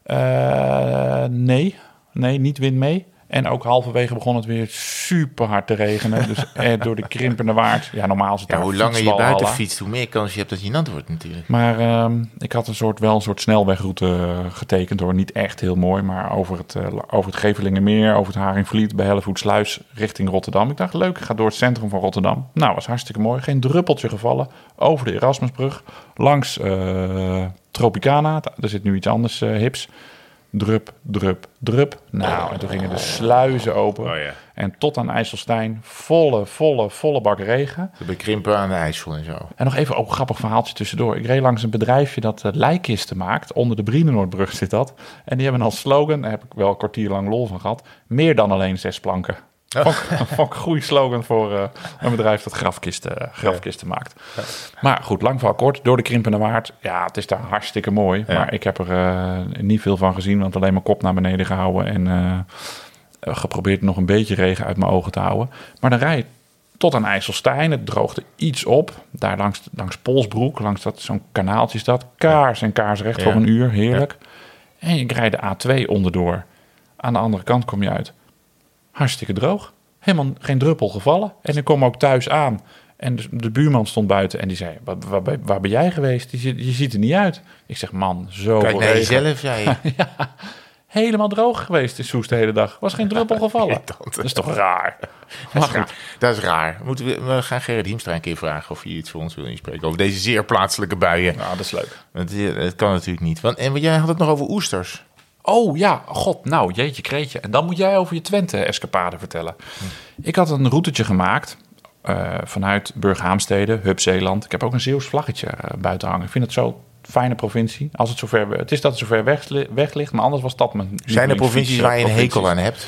Uh, nee, nee, niet wind mee. En ook halverwege begon het weer super hard te regenen. Dus eh, door de krimpende waard. Ja, normaal is het
ja,
daar
hoe langer je
fietsbalhallen.
buiten fietst, hoe meer kans je hebt dat je nat wordt natuurlijk.
Maar uh, ik had een soort, wel een soort snelwegroute getekend hoor. Niet echt heel mooi, maar over het, uh, over het Gevelingenmeer, over het Haringvliet, bij Hellevoetsluis richting Rotterdam. Ik dacht, leuk, ik ga door het centrum van Rotterdam. Nou, was hartstikke mooi. Geen druppeltje gevallen. Over de Erasmusbrug, langs uh, Tropicana. Er zit nu iets anders uh, hips. Drup, drup, drup. Nou, en toen gingen de sluizen open.
Oh, ja.
En tot aan IJsselstein, volle, volle, volle bak regen.
De bekrimpen aan de IJssel en zo.
En nog even ook een grappig verhaaltje tussendoor. Ik reed langs een bedrijfje dat uh, lijkkisten maakt. Onder de Brienenoordbrug zit dat. En die hebben als slogan, daar heb ik wel een kwartier lang lol van gehad, meer dan alleen zes planken. Ja. Vond, vond ik een goede slogan voor uh, een bedrijf dat grafkisten, uh, grafkisten ja. maakt. Ja. Maar goed, lang verhaal kort. Door de krimpende waard. Ja, het is daar hartstikke mooi. Ja. Maar ik heb er uh, niet veel van gezien. Want alleen mijn kop naar beneden gehouden. En uh, geprobeerd nog een beetje regen uit mijn ogen te houden. Maar dan rijd je tot aan IJsselstein. Het droogde iets op. Daar langs, langs Polsbroek. Langs dat, zo'n kanaaltje is dat. Kaars en kaarsrecht ja. voor een uur. Heerlijk. Ja. En je rijdt de A twee onderdoor. Aan de andere kant kom je uit. Hartstikke droog. Helemaal geen druppel gevallen. En ik kom ook thuis aan. En de, de buurman stond buiten en die zei, waar, waar, waar ben jij geweest? Je, je ziet er niet uit. Ik zeg, man, zo.
Kijk naar jezelf, zei je.
Ja, helemaal droog geweest in Soest de hele dag. Was geen druppel gevallen. Dat is toch raar?
Dat is raar. Dat is raar. Moeten we, we gaan Gerrit Hiemstra een keer vragen of hij iets voor ons wil inspreken. Over deze zeer plaatselijke buien.
Nou, dat is leuk.
Want het kan natuurlijk niet. Want, en jij had het nog over oesters.
Oh ja, god, nou, jeetje kreetje. En dan moet jij over je Twente-escapade vertellen. Hm. Ik had een routetje gemaakt uh, vanuit Burghaamstede, Hub Zeeland. Ik heb ook een Zeeuws vlaggetje uh, buiten hangen. Ik vind het zo fijne provincie. Als het, zover, het is dat het zover weg, weg ligt, maar anders was dat mijn...
Zijn er provincies waar je een hekel aan hebt?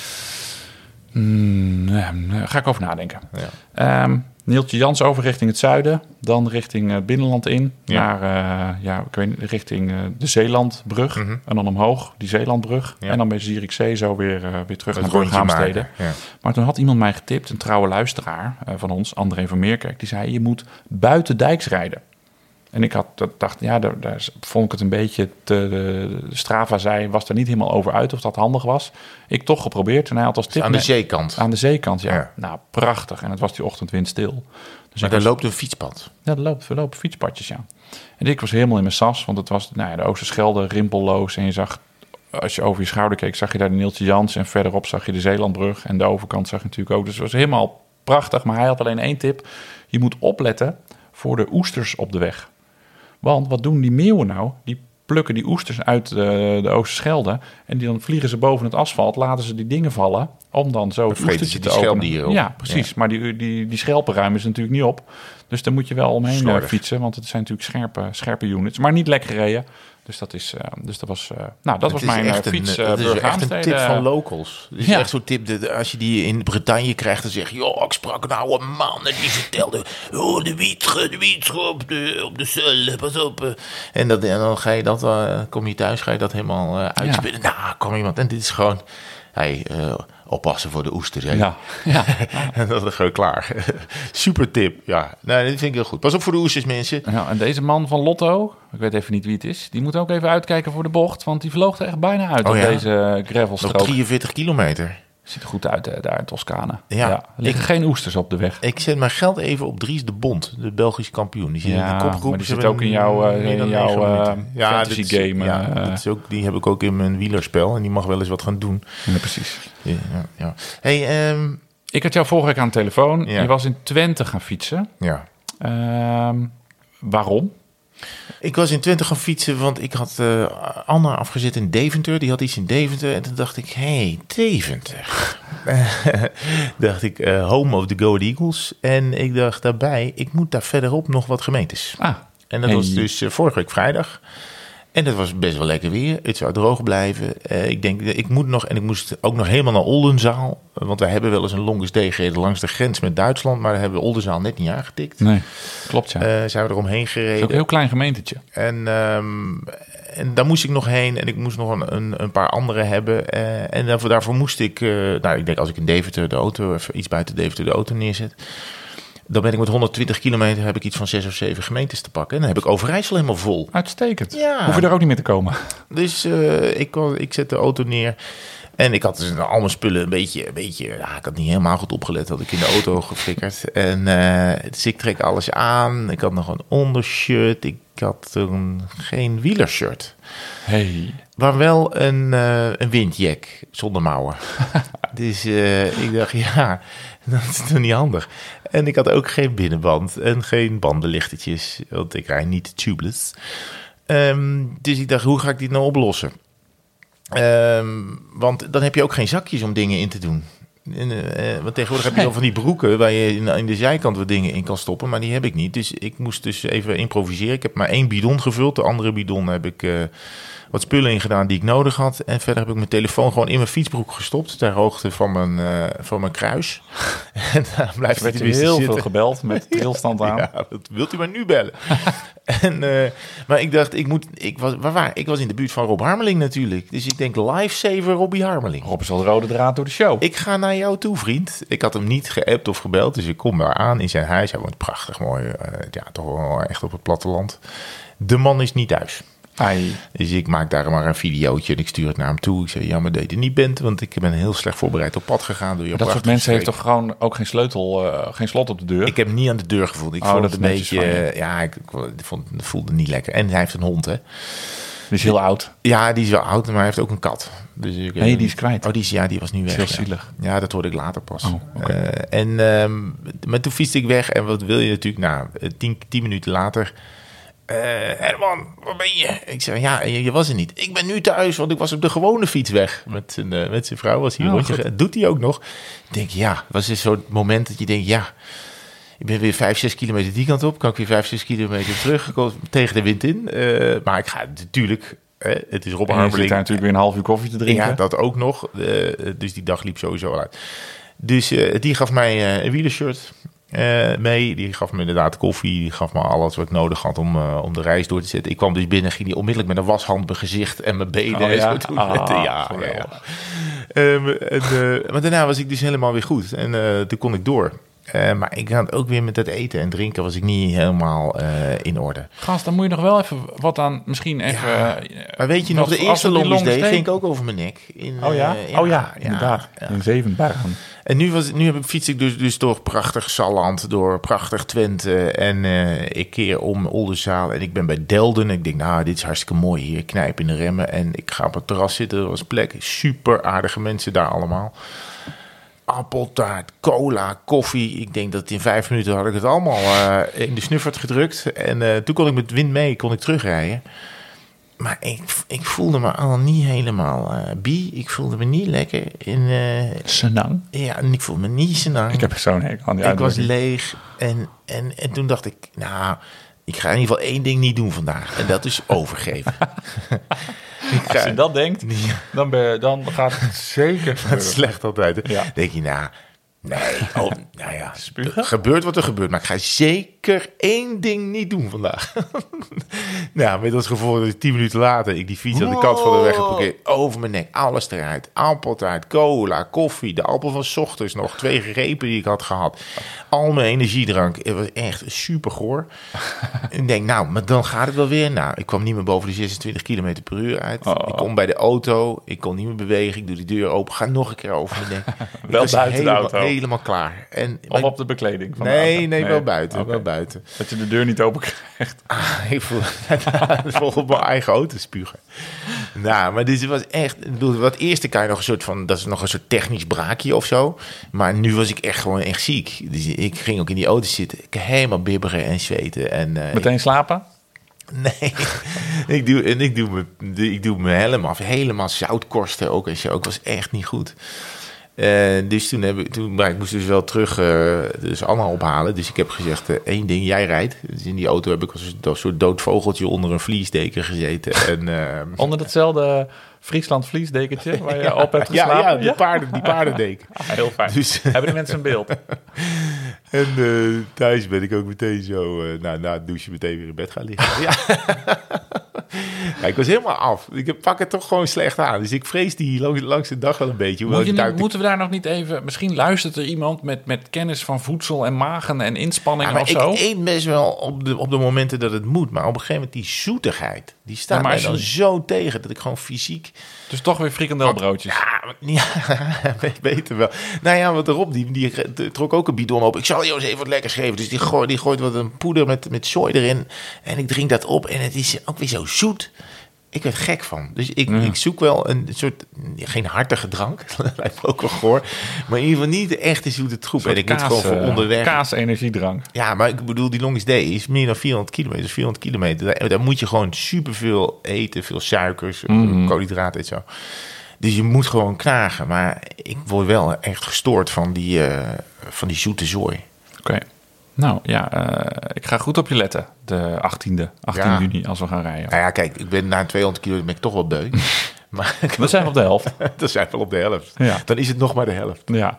Hmm, uh, ga ik over nadenken. Ja. Um, Neeltje Jans over richting het zuiden. Dan richting het binnenland in. Ja. Naar uh, ja, ik weet, richting uh, de Zeelandbrug. Mm-hmm. En dan omhoog, die Zeelandbrug. Ja. En dan bij Zierikzee zo weer, uh, weer terug dat naar Burghaamstede. Ja. Maar toen had iemand mij getipt, een trouwe luisteraar uh, van ons, André van Meerkerk. Die zei, je moet buiten dijks rijden. En ik had dacht, ja, daar, daar vond ik het een beetje te... De Strava zei, was er niet helemaal over uit of dat handig was. Ik toch geprobeerd. En hij had als tip...
Dus aan de zeekant?
Aan de zeekant, ja. ja. Nou, prachtig. En het was die ochtend windstil. Dus
maar daar was, loopt een fietspad?
Ja, er lopen, er lopen fietspadjes, ja. En ik was helemaal in mijn sas, want het was nou ja, de Oosterschelde, rimpelloos. En je zag, als je over je schouder keek, zag je daar de Neeltje Jans. En verderop zag je de Zeelandbrug. En de overkant zag je natuurlijk ook. Dus het was helemaal prachtig. Maar hij had alleen één tip. Je moet opletten voor de oesters op de weg. Want wat doen die meeuwen nou? Die plukken die oesters uit de, de Oosterschelde. En die dan vliegen ze boven het asfalt. Laten ze die dingen vallen. Om dan zo het oestertje te openen.
Op.
Ja, precies. Ja. Maar die, die, die schelpen ruimen ze natuurlijk niet op. Dus daar moet je wel omheen Slordig. fietsen. Want het zijn natuurlijk scherpe, scherpe units. Maar niet lekker gereden. Dus dat, is, uh, dus dat was, uh, nou, dat was mijn
echt
fiets.
Een,
uh,
dat is echt een tip van locals. Het is
ja.
echt zo'n tip, dat als je die in Bretagne krijgt, dan zeg je, joh, ik sprak een oude man en die vertelde, oh, de wietre, de wietre op de, op de cel, pas op. En, dat, en dan ga je dat, uh, kom je thuis, ga je dat helemaal uh, uitspinnen. Ja. Nou, kom iemand, en dit is gewoon, hey, uh, oppassen voor de oesters. Hè?
Ja. Ja.
En dat is gewoon klaar. Super tip. Ja, nou, dit vind ik heel goed. Pas op voor de oesters, mensen.
Ja, en deze man van Lotto, ik weet even niet wie het is, die moet ook even uitkijken voor de bocht, want die vloog er echt bijna uit oh, op ja? deze gravelstrook.
Nog drieënveertig kilometer.
Ziet er goed uit hè, daar in Toscane.
Ja,
ja, er liggen ik, geen oesters op de weg.
Ik zet mijn geld even op Dries de Bond, de Belgische kampioen. Die zit
ja,
in de kopgroep.
Maar die zit ook in jouw, uh, in jouw uh, ja, fantasy
dit,
game.
Ja,
uh,
dat is ook, die heb ik ook in mijn wielerspel. En die mag wel eens wat gaan doen.
Ja, precies.
Ja, ja. Hey, um,
ik had jou vorige week aan de telefoon.
Ja.
Je was in Twente gaan fietsen.
Ja.
Um, waarom?
Ik was in Twente gaan fietsen, want ik had uh, Anna afgezet in Deventer. Die had iets in Deventer. En toen dacht ik, hé, hey, Deventer. dacht ik, uh, home of the Go Eagles. En ik dacht daarbij, ik moet daar verderop nog wat gemeentes.
Ah,
en dat
hey.
was dus uh, vorige week vrijdag. En dat was best wel lekker weer. Het zou droog blijven. Uh, ik denk, ik moet nog, en ik moest ook nog helemaal naar Oldenzaal. Want wij hebben wel eens een longest day gereden langs de grens met Duitsland. Maar daar hebben we Oldenzaal net niet aangetikt.
Nee, klopt ja.
Uh, zijn we eromheen gereden.
Het is ook een heel klein gemeentetje.
En, um, en daar moest ik nog heen. En ik moest nog een, een, een paar andere hebben. Uh, en daarvoor, daarvoor moest ik... Uh, nou, ik denk als ik in Deventer de auto... Even iets buiten Deventer de auto neerzet... Dan ben ik met honderdtwintig kilometer heb ik iets van zes of zeven gemeentes te pakken. En dan heb ik Overijssel helemaal vol.
Uitstekend.
Ja.
Hoef je er ook niet meer te komen.
Dus uh, ik, ik zet de auto neer. En ik had dus al mijn spullen een beetje... Een beetje ja, ik had niet helemaal goed opgelet. Had ik in de auto geflikkerd. En uh, dus ik trek alles aan. Ik had nog een ondershirt. Ik had een, geen wielershirt.
Hey.
Maar wel een, uh, een windjack zonder mouwen. Dus uh, ik dacht, ja, dat is toch niet handig. En ik had ook geen binnenband en geen bandenlichtertjes, want ik rijd niet tubeless. Um, dus ik dacht, hoe ga ik dit nou oplossen? Um, want dan heb je ook geen zakjes om dingen in te doen. En, uh, want tegenwoordig heb je wel van die broeken waar je in, in de zijkant wat dingen in kan stoppen, maar die heb ik niet. Dus ik moest dus even improviseren. Ik heb maar één bidon gevuld, de andere bidon heb ik... Uh, wat spullen in gedaan die ik nodig had. En verder heb ik mijn telefoon gewoon in mijn fietsbroek gestopt. Ter hoogte van mijn, uh, van mijn kruis. En daar blijft
werd
het
heel
zitten.
veel gebeld met trilstand aan.
Ja, dat wilt u maar nu bellen. en, uh, maar ik dacht, ik moet... Ik was, waar, waar? Ik was in de buurt van Rob Harmeling natuurlijk. Dus ik denk, lifesaver Robbie Harmeling.
Rob is al de rode draad door de show.
Ik ga naar jou toe, vriend. Ik had hem niet geappt of gebeld. Dus ik kom daar aan in zijn huis. Hij woont prachtig mooi. Uh, ja, toch wel echt op het platteland. De man is niet thuis.
Ai.
Dus ik maak daar maar een videootje en ik stuur het naar hem toe. Ik zeg, jammer dat je er niet bent, want ik ben heel slecht voorbereid op pad gegaan. Door je
dat soort mensen heeft toch gewoon ook geen sleutel, uh, geen slot op de deur?
Ik heb hem niet aan de deur gevoeld. Ik
oh,
vond
dat
het een
beetje,
uh, ja, ik, ik vond, het voelde niet lekker. En hij heeft een hond, hè.
Die is heel oud.
Ja, die is wel oud, maar hij heeft ook een kat. Dus ik,
nee, die is kwijt.
Oh, die is, ja, die was nu weg.
Heel
ja.
zielig.
Ja, dat hoorde ik later pas.
Oh, okay.
uh, en, um, maar toen fietste ik weg en wat wil je natuurlijk? Nou, tien, tien minuten later... Uh, Herman, waar ben je? Ik zei, ja, je, je was er niet. Ik ben nu thuis, want ik was op de gewone fiets weg. Met zijn, uh, met zijn vrouw was hij oh, rondje. Goed. Doet hij ook nog. Ik denk, ja, was dus zo'n moment dat je denkt, ja... Ik ben weer vijf, zes kilometer die kant op. Kan ik weer vijf, zes kilometer terug tegen de wind in. Uh, maar ik ga natuurlijk... Uh, het is Rob Harmeling.
Je zit daar natuurlijk weer een half uur koffie te drinken.
Ja, dat ook nog. Uh, dus die dag liep sowieso al uit. Dus uh, die gaf mij uh, een wielershirt... Uh, mee, die gaf me inderdaad koffie, die gaf me alles wat ik nodig had om, uh, om de reis door te zetten. Ik kwam dus binnen, ging die onmiddellijk met een washand mijn gezicht en mijn benen
oh, ja?
en zo doen.
Ah,
ja, ja, ja. Um, en, uh, maar daarna was ik dus helemaal weer goed en uh, toen kon ik door. Uh, maar ik had ook weer met het eten en drinken was ik niet helemaal uh, in orde.
Gast, dan moet je nog wel even wat aan, misschien even...
Ja, maar weet je nog, de eerste longest day ging ik ook over mijn nek. In,
oh ja?
Uh, ja
oh ja,
ja,
inderdaad. Ja. In Zevenbergen.
En nu, was, nu heb ik, fiets ik dus, dus door prachtig Salland, door prachtig Twente. En uh, ik keer om Oldenzaal en ik ben bij Delden. En ik denk, nou, dit is hartstikke mooi hier. Ik knijp in de remmen en ik ga op het terras zitten. Er was plek. Super aardige mensen daar allemaal. Appeltaart, cola, koffie. Ik denk dat in vijf minuten had ik het allemaal uh, in de snuffert gedrukt. En uh, toen kon ik met wind mee, kon ik terugrijden. Maar ik, ik voelde me al niet helemaal uh, bi. Ik voelde me niet lekker. In, uh,
senang?
Ja, en ik voelde me niet senang.
Ik heb zo'n hekel aan die
Ik was leeg. En, en, en toen dacht ik, nou, ik ga in ieder geval één ding niet doen vandaag. En dat is overgeven.
Ga, Als je dat denkt, ja. dan, ben je, dan gaat het zeker
gebeuren. Het is slecht altijd.
Ja.
Denk je, nou, nee, oh, nou ja, er gebeurt wat er gebeurt. Maar ik ga zeker één ding niet doen vandaag. Nou, met als gevolg dat ik tien minuten later ik die fiets aan de kant van de weg heb over mijn nek, alles eruit. Appeltaart, cola, koffie, de appel van 's ochtends nog, twee grepen die ik had gehad. Al mijn energiedrank, het was echt super goor. Ik denk, nou, maar dan gaat het wel weer. Nou, ik kwam niet meer boven de zesentwintig kilometer per uur uit. Oh. Ik kom bij de auto, ik kon niet meer bewegen. Ik doe de deur open, ga nog een keer over mijn nek.
Wel buiten
helemaal,
de auto.
Helemaal klaar. En,
of op de bekleding van
nee,
de auto?
Nee, nee, wel buiten, okay. wel buiten.
Dat je de deur niet open krijgt.
Ah, ik voel het op mijn eigen auto spugen. Nou, maar dit was echt... Ik bedoel, wat eerste kan je nog een soort van... Dat is nog een soort technisch braakje of zo. Maar nu was ik echt gewoon echt ziek. Dus ik ging ook in die auto zitten. Ik helemaal bibberen en zweten. En, uh,
Meteen slapen?
Nee, ik doe, en ik doe, me, ik doe mijn helm af. Helemaal zoutkorsten ook en zo. Het was echt niet goed. Uh, dus toen heb ik, toen, maar ik moest dus wel terug, uh, dus allemaal ophalen. Dus ik heb gezegd, uh, één ding, jij rijdt. Dus in die auto heb ik als een soort dood vogeltje onder een vliesdeken gezeten. En, uh,
onder datzelfde Friesland vliesdekentje waar je ja, op hebt geslapen?
Ja, ja, die, paarden, die paardendeken.
Ah, heel fijn. Dus, hebben de mensen een beeld?
En uh, thuis ben ik ook meteen zo, uh, nou, na het douchen meteen weer in bed gaan liggen. Ja. Ja, ik was helemaal af. Ik pak het toch gewoon slecht aan. Dus ik vrees die langs, langs de dag wel een beetje.
Moet je niet, moeten we daar nog niet even... Misschien luistert er iemand met, met kennis van voedsel en magen en inspanningen ja, of
ik
zo.
Ik eet best wel op de, op de momenten dat het moet. Maar op een gegeven moment die zoetigheid... die staat ja, mij dan je... zo tegen dat ik gewoon fysiek...
Dus toch weer frikandelbroodjes.
Ja, ja, beter wel. Nou ja, wat erop, die, die trok ook een bidon op. Ik zal jou eens even wat lekkers geven. Dus die gooit, die gooit wat een poeder met, met sooi erin. En ik drink dat op en het is ook weer zo zoet. Ik werd gek van. Dus ik, mm. ik zoek wel een soort, geen hartige drank. Dat lijkt me ook wel goor. Maar in ieder geval niet de echte zoete troep. En ik
kaas,
moet gewoon voor onderweg.
Kaas-energiedrank.
Ja, maar ik bedoel, die Longest Day is meer dan vierhonderd kilometer. vierhonderd kilometer. Daar, daar moet je gewoon superveel eten. Veel suikers, mm. koolhydraten en zo. Dus je moet gewoon knagen. Maar ik word wel echt gestoord van die, uh, van die zoete zooi.
Oké. Okay. Nou ja, uh, ik ga goed op je letten. De achttiende, achttien ja. juni als we gaan rijden.
Nou ja, kijk, ik ben na tweehonderd kilometer ben ik toch wel beu. Maar
dan zijn we op de helft.
Dan zijn we op de helft.
Ja.
Dan is het nog maar de helft.
Ja.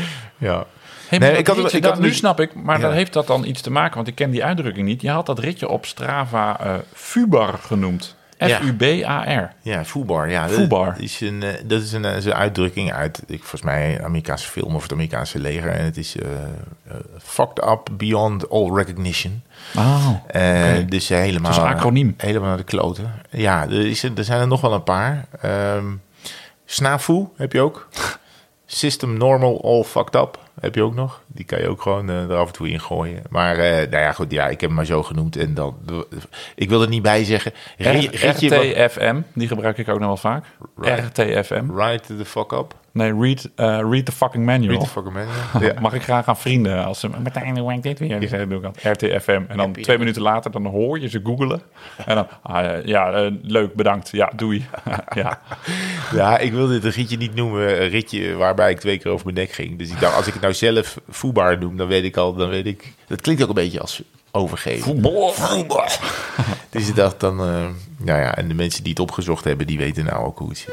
Ja.
Hey, nee, ik had, ritje, ik dat, had nu snap ik, maar ja. dan heeft dat dan iets te maken, want ik ken die uitdrukking niet. Je had dat ritje op Strava uh, Fubar genoemd. F U B A R.
Ja, Fubar. Ja,
Fubar.
Dat is een, dat is een, een uitdrukking uit, ik, volgens mij, een Amerikaanse film of het Amerikaanse leger. En het is uh, uh, fucked up beyond all recognition.
Oh,
uh, okay. Dus helemaal,
dat is een acroniem.
Helemaal naar de kloten. Ja, er, is, er zijn er nog wel een paar. Um, Snafu heb je ook. System Normal All Fucked Up heb je ook nog. Die kan je ook gewoon uh, er af en toe in gooien. Maar uh, nou ja, goed, ja, ik heb hem maar zo genoemd. En dan, ik wil er niet bij zeggen.
R T F M, die gebruik ik ook nog wel vaak. Right. R T F M.
Right the fuck up.
Nee, read, uh, read the fucking manual.
Read the fucking manual. Ja.
Mag ik graag aan vrienden als ze... Martijn, hoe dit weer? Die zeggen, doe ik aan R T F M. En dan twee minuten later, dan hoor je ze googelen. En dan, ah, ja, uh, leuk, bedankt. Ja, doei. ja.
ja, ik wilde dit een ritje niet noemen. Een ritje waarbij ik twee keer over mijn nek ging. Dus ik dacht, als ik het nou zelf Fubar noem, dan weet ik al, dan weet ik... Dat klinkt ook een beetje als overgeven.
Fubar.
Dus ik dacht dan... Uh, nou ja, en de mensen die het opgezocht hebben, die weten nou ook hoe het zit.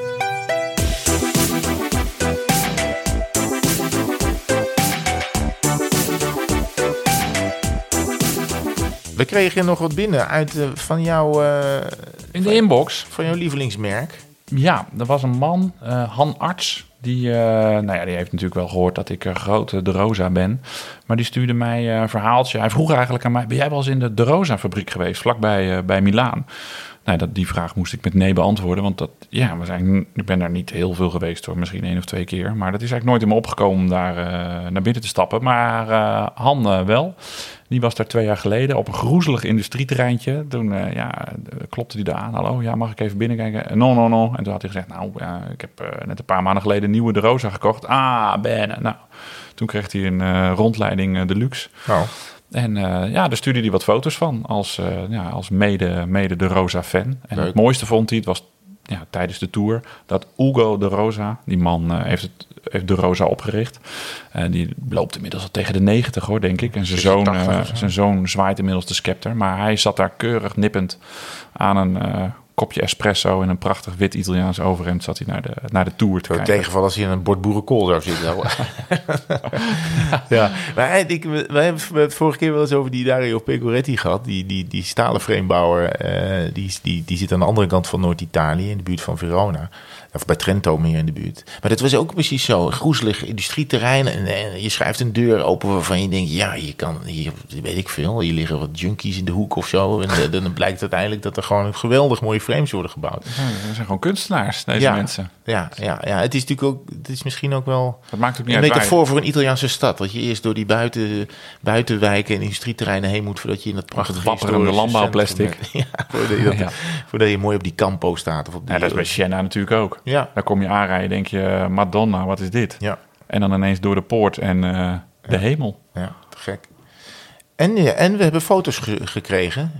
We kregen nog wat binnen uit uh, van jouw... Uh,
In de
van,
inbox.
Van jouw lievelingsmerk.
Ja, er was een man, uh, Han Arts. Die, uh, nou ja, die heeft natuurlijk wel gehoord dat ik een grote De Rosa ben. Maar die stuurde mij uh, een verhaaltje. Hij vroeg eigenlijk aan mij... Ben jij wel eens in de De Rosa fabriek geweest? Vlakbij uh, bij Milaan. Nou, dat, die vraag moest ik met nee beantwoorden. Want dat, ja, we zijn, ik ben daar niet heel veel geweest hoor. Misschien één of twee keer. Maar dat is eigenlijk nooit in me opgekomen om daar uh, naar binnen te stappen. Maar uh, Han uh, wel. Die was daar twee jaar geleden op een groezelig industrieterreintje. Toen uh, ja, klopte hij daar aan. Hallo, ja, mag ik even binnenkijken? No, no, no. En toen had hij gezegd, nou, ja, ik heb uh, net een paar maanden geleden een nieuwe De Rosa gekocht. Ah, ben. Nou, toen kreeg hij een uh, rondleiding uh, deluxe.
Oh.
En uh, ja, daar stuurde hij wat foto's van als, uh, ja, als mede, mede De Rosa-fan. En
Leuk.
Het mooiste vond hij, het was ja, tijdens de tour, dat Hugo De Rosa, die man uh, heeft, het, heeft De Rosa opgericht. Uh, die loopt inmiddels al tegen de negentig hoor, denk ik. En zijn zoon, uh, zijn zoon zwaait inmiddels de scepter. Maar hij zat daar keurig nippend aan een... Uh, kopje espresso en een prachtig wit Italiaans overhemd zat hij naar de, naar de tour te kijken.
Tegenval als hij in een bord boerenkool zou zitten. ja, maar ik, wij hebben het vorige keer wel eens over die Dario Pegoretti gehad. Die, die, die stalen framebouwer, uh, die, die, die zit aan de andere kant van Noord-Italië, in de buurt van Verona. Of bij Trento meer in de buurt. Maar dat was ook precies zo. Een groezelig industrieterrein. En, en je schrijft een deur open waarvan je denkt... ja, je kan, hier, weet ik veel. Hier liggen wat junkies in de hoek of zo. En de, dan blijkt uiteindelijk dat er gewoon geweldig mooie frames worden gebouwd.
Ja, dat zijn gewoon kunstenaars, deze
ja,
mensen.
Ja, ja, ja, het is natuurlijk ook... Het is misschien ook wel...
Dat maakt ook niet
een
uit
metafoor voor een Italiaanse stad. Dat je eerst door die buiten, buitenwijken en industrieterreinen heen moet... voordat je in dat prachtige
wapperende landbouwplastic.
Ja, voordat je, dat, ja. voordat je mooi op die Campo staat. Of op die,
ja, dat is bij Siena natuurlijk ook.
Ja.
Daar kom je aanrijden, denk je, Madonna, wat is dit?
Ja.
En dan ineens door de poort en uh, de
ja.
hemel.
Ja, te gek. En, ja, en we hebben foto's ge- gekregen.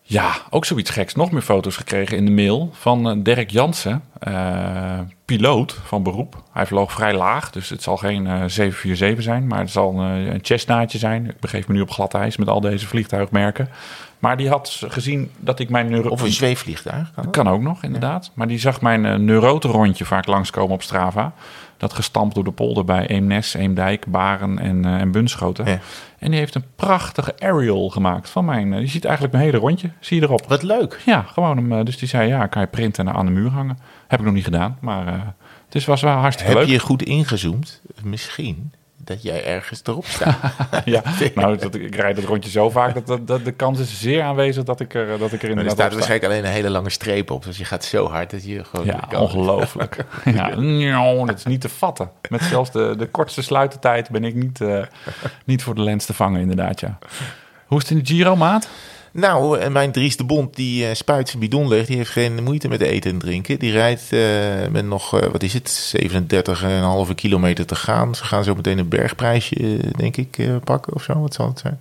Ja, ook zoiets geks. Nog meer foto's gekregen in de mail van uh, Dirk Jansen, uh, piloot van beroep. Hij vloog vrij laag, dus het zal geen uh, zeven vier zeven zijn, maar het zal uh, een Cessnaatje zijn. Ik begeef me nu op glad ijs met al deze vliegtuigmerken. Maar die had gezien dat ik mijn... Neuro-
Of een zweefvliegtuig. Kan,
dat kan ook nog, inderdaad. Ja. Maar die zag mijn uh, neurotenrondje vaak langskomen op Strava. Dat gestampt door de polder bij Eemnes, Eemdijk, Baren en, uh, en Bunschoten. Ja. En die heeft een prachtige aerial gemaakt van mijn... Uh, je ziet eigenlijk mijn hele rondje, zie je erop.
Wat leuk.
Ja, gewoon hem. Uh, dus die zei, ja, kan je printen en aan de muur hangen. Heb ik nog niet gedaan, maar uh, het is, was wel hartstikke
Heb
leuk.
Heb je goed ingezoomd? Misschien... dat jij ergens erop staat.
Ja, nou, dat, ik rijd het rondje zo vaak dat, dat, dat de kans is zeer aanwezig dat ik er, dat ik er inderdaad
er staat
op sta.
waarschijnlijk alleen een hele lange streep op. Dus je gaat zo hard dat je gewoon...
Ja, ongelooflijk. Ja, nou, dat is niet te vatten. Met zelfs de, de kortste sluitertijd ben ik niet, uh, niet voor de lens te vangen, inderdaad, ja. Hoe is het in de Giro, maat?
Nou, mijn Dries de Bond, die uh, spuit zijn bidon leeg. Die heeft geen moeite met eten en drinken. Die rijdt uh, met nog, uh, wat is het, zevenendertig komma vijf kilometer te gaan. Ze gaan zo meteen een bergprijsje, uh, denk ik, uh, pakken of zo. Wat zal het zijn?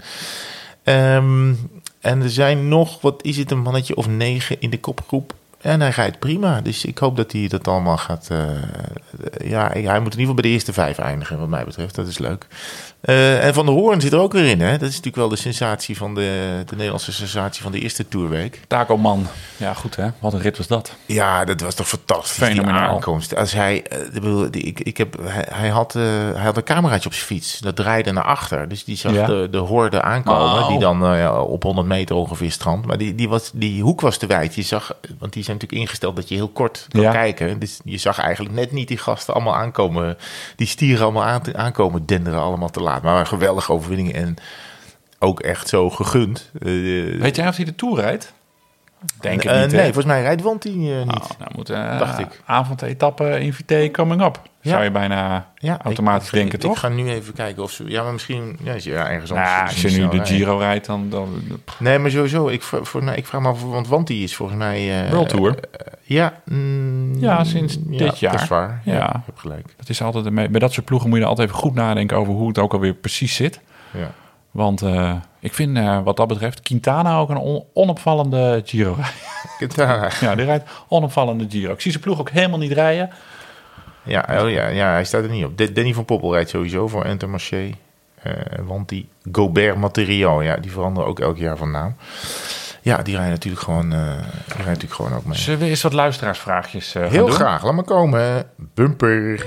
Um, en er zijn nog, wat is het, een mannetje of negen in de kopgroep. En hij rijdt prima. Dus ik hoop dat hij dat allemaal gaat... Uh, ja, hij moet in ieder geval bij de eerste vijf eindigen, wat mij betreft. Dat is leuk. Uh, en Van der Hoorn zit er ook weer in, hè? Dat is natuurlijk wel de sensatie van de, de Nederlandse sensatie van de eerste Tourweek.
Taco Man. Ja, goed hè. Wat een rit was dat.
Ja, dat was toch fantastisch.
Fenomenaal.
Die aankomst. Als hij, uh, die, ik, ik heb, hij, hij, had, uh, hij had een cameraatje op zijn fiets. Dat draaide naar achter. Dus die zag ja. de, de horde aankomen. Oh. Die dan uh, ja, op honderd meter ongeveer strand. Maar die, die, was, die hoek was te wijd. Je zag, want die zijn natuurlijk ingesteld dat je heel kort kan ja. kijken. Dus je zag eigenlijk net niet die gasten allemaal aankomen. Die stieren allemaal aan, aankomen denderen allemaal te laat. Maar een geweldige overwinning en ook echt zo gegund. Uh,
Weet jij of hij de Tour rijdt? Denk ik
uh,
niet.
Nee,
hè?
volgens mij rijdt want hij uh, niet.
Oh, nou moet uh,
dacht ik.
Avondetappe invité coming up. Ja. Zou je bijna ja, automatisch
ik,
denken,
ik,
toch?
Ik ga nu even kijken of ze... Ja, maar misschien... Ja, als je ja, ergens
anders... Nou, als je nu de rijden. Giro rijdt, dan... dan
nee, maar sowieso. Ik, voor, nou, ik vraag me af, want Wanty is volgens mij... Uh,
World Tour.
Uh, ja. Mm,
ja, sinds ja, dit jaar.
Dat is waar. Ja,
ja.
Ik heb gelijk.
Dat is altijd een, bij dat soort ploegen moet je er altijd even goed nadenken over hoe het ook alweer precies zit.
Ja.
Want uh, ik vind uh, wat dat betreft Quintana ook een on- onopvallende Giro.
Quintana.
Ja, die rijdt onopvallende Giro. Ik zie zijn ploeg ook helemaal niet rijden.
Ja, oh ja, ja, hij staat er niet op. De, Danny van Poppel rijdt sowieso voor Intermarché. Uh, want die Gobert Materiaal, ja, die veranderen ook elk jaar van naam. Ja, die rijden natuurlijk gewoon, uh, die rijden natuurlijk gewoon ook mee.
Zullen we eens wat luisteraarsvraagjes uh, gaan
Heel
doen?
graag, laat maar komen. Bumper.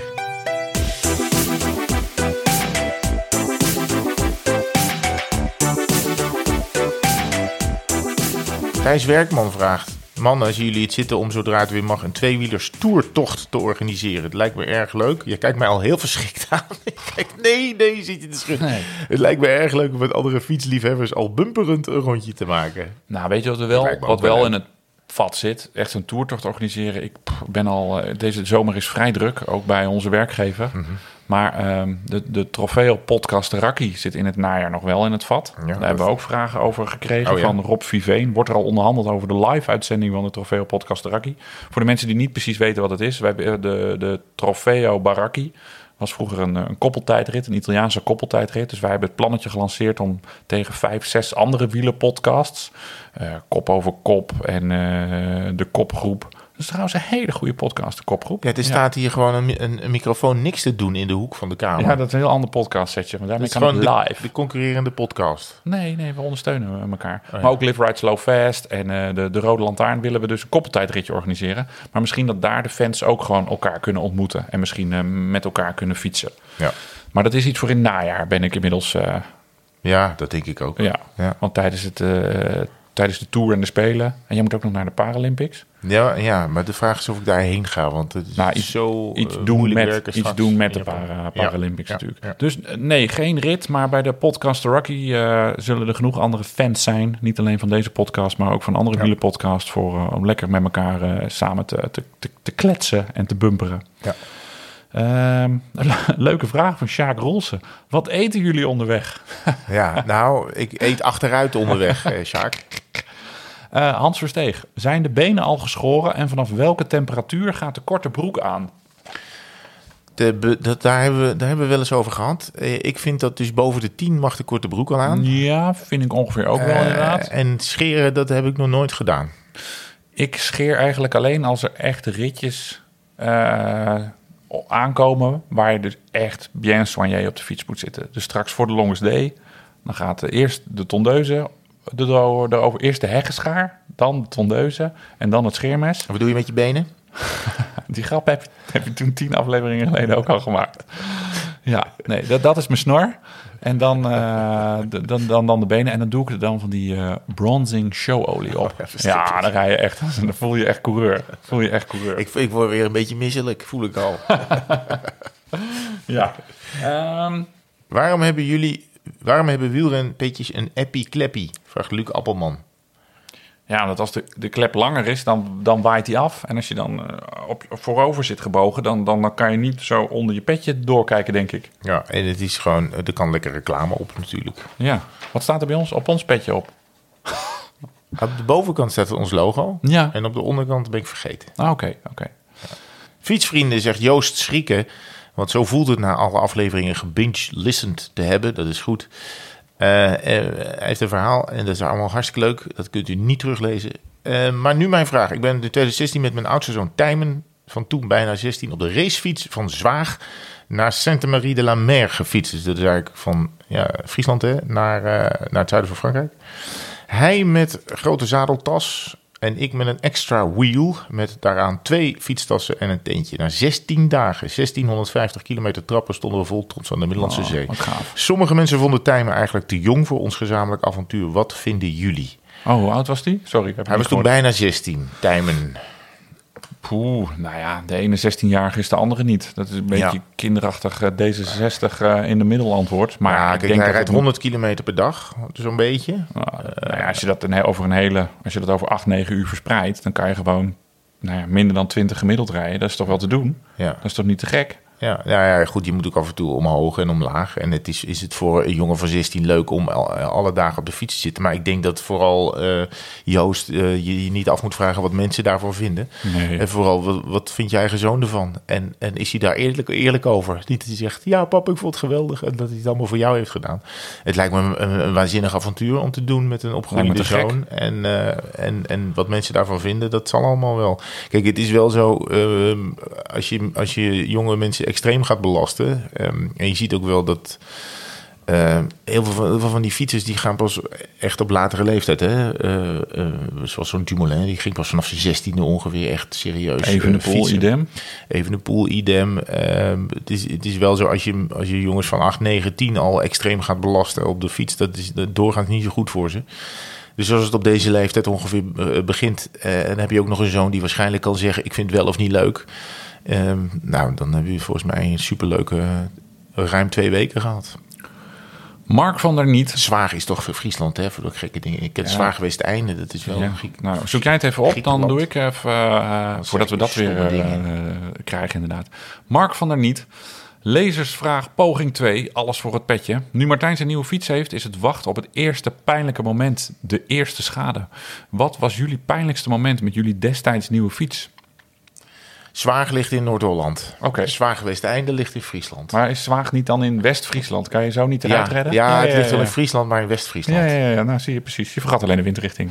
Thijs Werkman vraagt: mannen, zien jullie het zitten om zodra het weer mag een tweewielers toertocht te organiseren? Het lijkt me erg leuk. Je kijkt mij al heel verschrikt aan. Kijk, nee, nee, zit je te schudden. Nee. Het lijkt me erg leuk om met andere fietsliefhebbers al bumperend een rondje te maken.
Nou, weet je wat er wel, wat wel leuk. in het vat zit? Echt een toertocht organiseren. Ik ben al, deze zomer is vrij druk, ook bij onze werkgever. Mm-hmm. Maar um, de, de Trofeo podcast Rakkie zit in het najaar nog wel in het vat. Ja, Daar hebben we ook vragen over gekregen oh, ja. van Rob Viveen. Wordt er al onderhandeld over de live-uitzending van de Trofeo podcast Rakkie. Voor de mensen die niet precies weten wat het is. Wij hebben de, de Trofeo Baracchi was vroeger een, een koppeltijdrit, een Italiaanse koppeltijdrit. Dus wij hebben het plannetje gelanceerd om tegen vijf, zes andere wielerpodcasts, uh, Kop over Kop en uh, de Kopgroep. Dat is trouwens een hele goede podcast, de Kopgroep.
Ja, er staat ja. hier gewoon een, een, een microfoon niks te doen in de hoek van de kamer.
Ja, dat is een heel ander podcast setje. Maar daarmee kan het live.
De, de concurrerende podcast.
Nee, nee, we ondersteunen elkaar. Oh, ja. Maar ook Live Ride Slow Fast en uh, de, de Rode Lantaarn willen we dus een koppeltijdritje organiseren. Maar misschien dat daar de fans ook gewoon elkaar kunnen ontmoeten. En misschien uh, met elkaar kunnen fietsen. Ja. Maar dat is iets voor in het najaar, ben ik inmiddels... Uh,
ja, dat denk ik ook.
Ja, ja. Want tijdens het... Uh, Tijdens de Tour en de Spelen. En jij moet ook nog naar de Paralympics.
Ja, ja, maar de vraag is of ik daarheen ga. Want het is
nou, iets,
zo
iets
uh,
doen met,
werken
iets doen met de para, Paralympics ja, natuurlijk. Ja, ja. Dus nee, geen rit. Maar bij de podcast Rocky uh, zullen er genoeg andere fans zijn. Niet alleen van deze podcast, maar ook van andere ja. wielerpodcasts. Voor, uh, om lekker met elkaar uh, samen te, te, te, te kletsen en te bumperen. Ja. Uh, leuke vraag van Sjaak Rolsen. Wat eten jullie onderweg?
Ja, nou, ik eet achteruit onderweg, eh, Sjaak.
Uh, Hans Versteeg, zijn de benen al geschoren en vanaf welke temperatuur gaat de korte broek aan?
uh, be, dat, daar, hebben we, daar hebben we wel eens over gehad. Uh, ik vind dat dus boven de tien mag de korte broek al aan.
Ja, vind ik ongeveer ook wel
Uh,
inderdaad.
En scheren, dat heb ik nog nooit gedaan.
Ik scheer eigenlijk alleen als er echt ritjes uh, aankomen waar je dus echt bien soigné op de fiets moet zitten. Dus straks voor de longest day, dan gaat eerst de tondeuze erover, eerst de heggenschaar, dan de tondeuze en dan het scheermes.
Wat doe je met je benen?
Die grap heb je, heb je toen tien afleveringen geleden ook al gemaakt. Ja, nee, dat, dat is mijn snor. En dan, uh, de, dan, dan, dan de benen. En dan doe ik er dan van die uh, bronzing showolie op. Oh, ja, ja, dan rij je echt. Dan voel je echt coureur. Voel je echt coureur.
Ik, ik word weer een beetje misselijk, voel ik al.
Ja. Um,
waarom hebben jullie, waarom hebben wielrenpetjes een epi-kleppie? Vraagt Luc Appelman.
Ja, dat als de, de klep langer is, dan, dan waait die af. En als je dan uh, op, op voorover zit gebogen, dan, dan, dan kan je niet zo onder je petje doorkijken, denk ik.
Ja, en het is gewoon, er kan lekker reclame op natuurlijk.
Ja, wat staat er bij ons op ons petje op?
Op de bovenkant staat ons logo.
Ja.
En op de onderkant ben ik vergeten.
Ah, oké, oké. Okay.
Ja. Fietsvrienden, zegt Joost Schrieken. Want zo voelt het na alle afleveringen gebinge-listened te hebben. Dat is goed. Uh, uh, hij heeft een verhaal en dat is allemaal hartstikke leuk. Dat kunt u niet teruglezen. Uh, maar nu mijn vraag. Ik ben in tweeduizend zestien met mijn oudste zoon Tijmen, van toen bijna zestien, op de racefiets van Zwaag naar Sainte-Marie de la Mer gefietst. Dus dat is eigenlijk van ja, Friesland hè, naar, uh, naar het zuiden van Frankrijk. Hij met grote zadeltas en ik met een extra wheel met daaraan twee fietstassen en een tentje. Na zestien dagen, zestienhonderdvijftig kilometer trappen stonden we vol trots aan de Middellandse
oh,
Zee.
Wat gaaf.
Sommige mensen vonden Tijmen eigenlijk te jong voor ons gezamenlijk avontuur. Wat vinden jullie?
Oh, hoe oud was die? Sorry, ik heb
Hij was toen bijna zestien, Tijmen.
Poeh, nou ja, de ene zestienjarige is de andere niet. Dat is een beetje
Ja.
kinderachtig uh, D zesenzestig uh, in de middelantwoord. Maar
ja,
ik
kijk,
denk
hij
dat
rijdt
het
honderd kilometer per dag, zo'n beetje.
Nou, uh, nou ja, als je dat een, over een hele, als je dat over acht, negen uur verspreidt, dan kan je gewoon nou ja, minder dan twintig gemiddeld rijden. Dat is toch wel te doen?
Ja.
Dat is toch niet te gek?
Ja, nou ja, goed, je moet ook af en toe omhoog en omlaag. En het is, is het voor een jongen van zestien leuk om al, alle dagen op de fiets te zitten. Maar ik denk dat vooral uh, Joost uh, je, je niet af moet vragen wat mensen daarvan vinden.
Nee.
En vooral, wat, wat vindt je eigen zoon ervan? En, en is hij daar eerlijk, eerlijk over? Niet dat hij zegt, ja papa, ik vond het geweldig. En dat hij het allemaal voor jou heeft gedaan. Het lijkt me een, een, een waanzinnig avontuur om te doen met een opgroeiende zoon. En, uh, en, en wat mensen daarvan vinden, dat zal allemaal wel. Kijk, het is wel zo, uh, als, je, als je jonge mensen extreem gaat belasten. Um, en je ziet ook wel dat uh, heel, veel van, heel veel van die fietsers die gaan pas echt op latere leeftijd. Hè? Uh, uh, zoals zo'n Dumoulin, die ging pas vanaf zijn zestiende ongeveer echt serieus
Evenepoel,
uh,
idem.
Evenepoel, idem. Uh, het, is, het is wel zo, als je, als je jongens van acht, negen, tien al extreem gaat belasten op de fiets, dat is dat doorgaans niet zo goed voor ze. Dus als het op deze leeftijd ongeveer uh, begint, uh, en dan heb je ook nog een zoon die waarschijnlijk kan zeggen, ik vind het wel of niet leuk. Um, nou, dan heb je volgens mij een superleuke uh, ruim twee weken gehad.
Mark van der Niet.
Zwaag is toch voor Friesland, hè? Voor de gekke dingen. Ik ken ja. Zwaag geweest einde, dat is wel...
Ja.
Griek,
nou, zoek jij het even op, dan doe ik even... Uh, voordat we dat weer uh, krijgen, inderdaad. Mark van der Niet. Lezersvraag poging twee, alles voor het petje. Nu Martijn zijn nieuwe fiets heeft, is het wachten op het eerste pijnlijke moment. De eerste schade. Wat was jullie pijnlijkste moment met jullie destijds nieuwe fiets?
Zwaag ligt in Noord-Holland.
Oké. Okay.
Zwaag geweest einde ligt in Friesland.
Maar is Zwaag niet dan in West-Friesland? Kan je zo niet eruit
ja,
redden?
Ja, ja, het
ja,
ligt
ja,
wel
ja.
in Friesland, maar in West-Friesland.
Ja, ja, ja, nou zie je precies. Je vergat alleen de windrichting.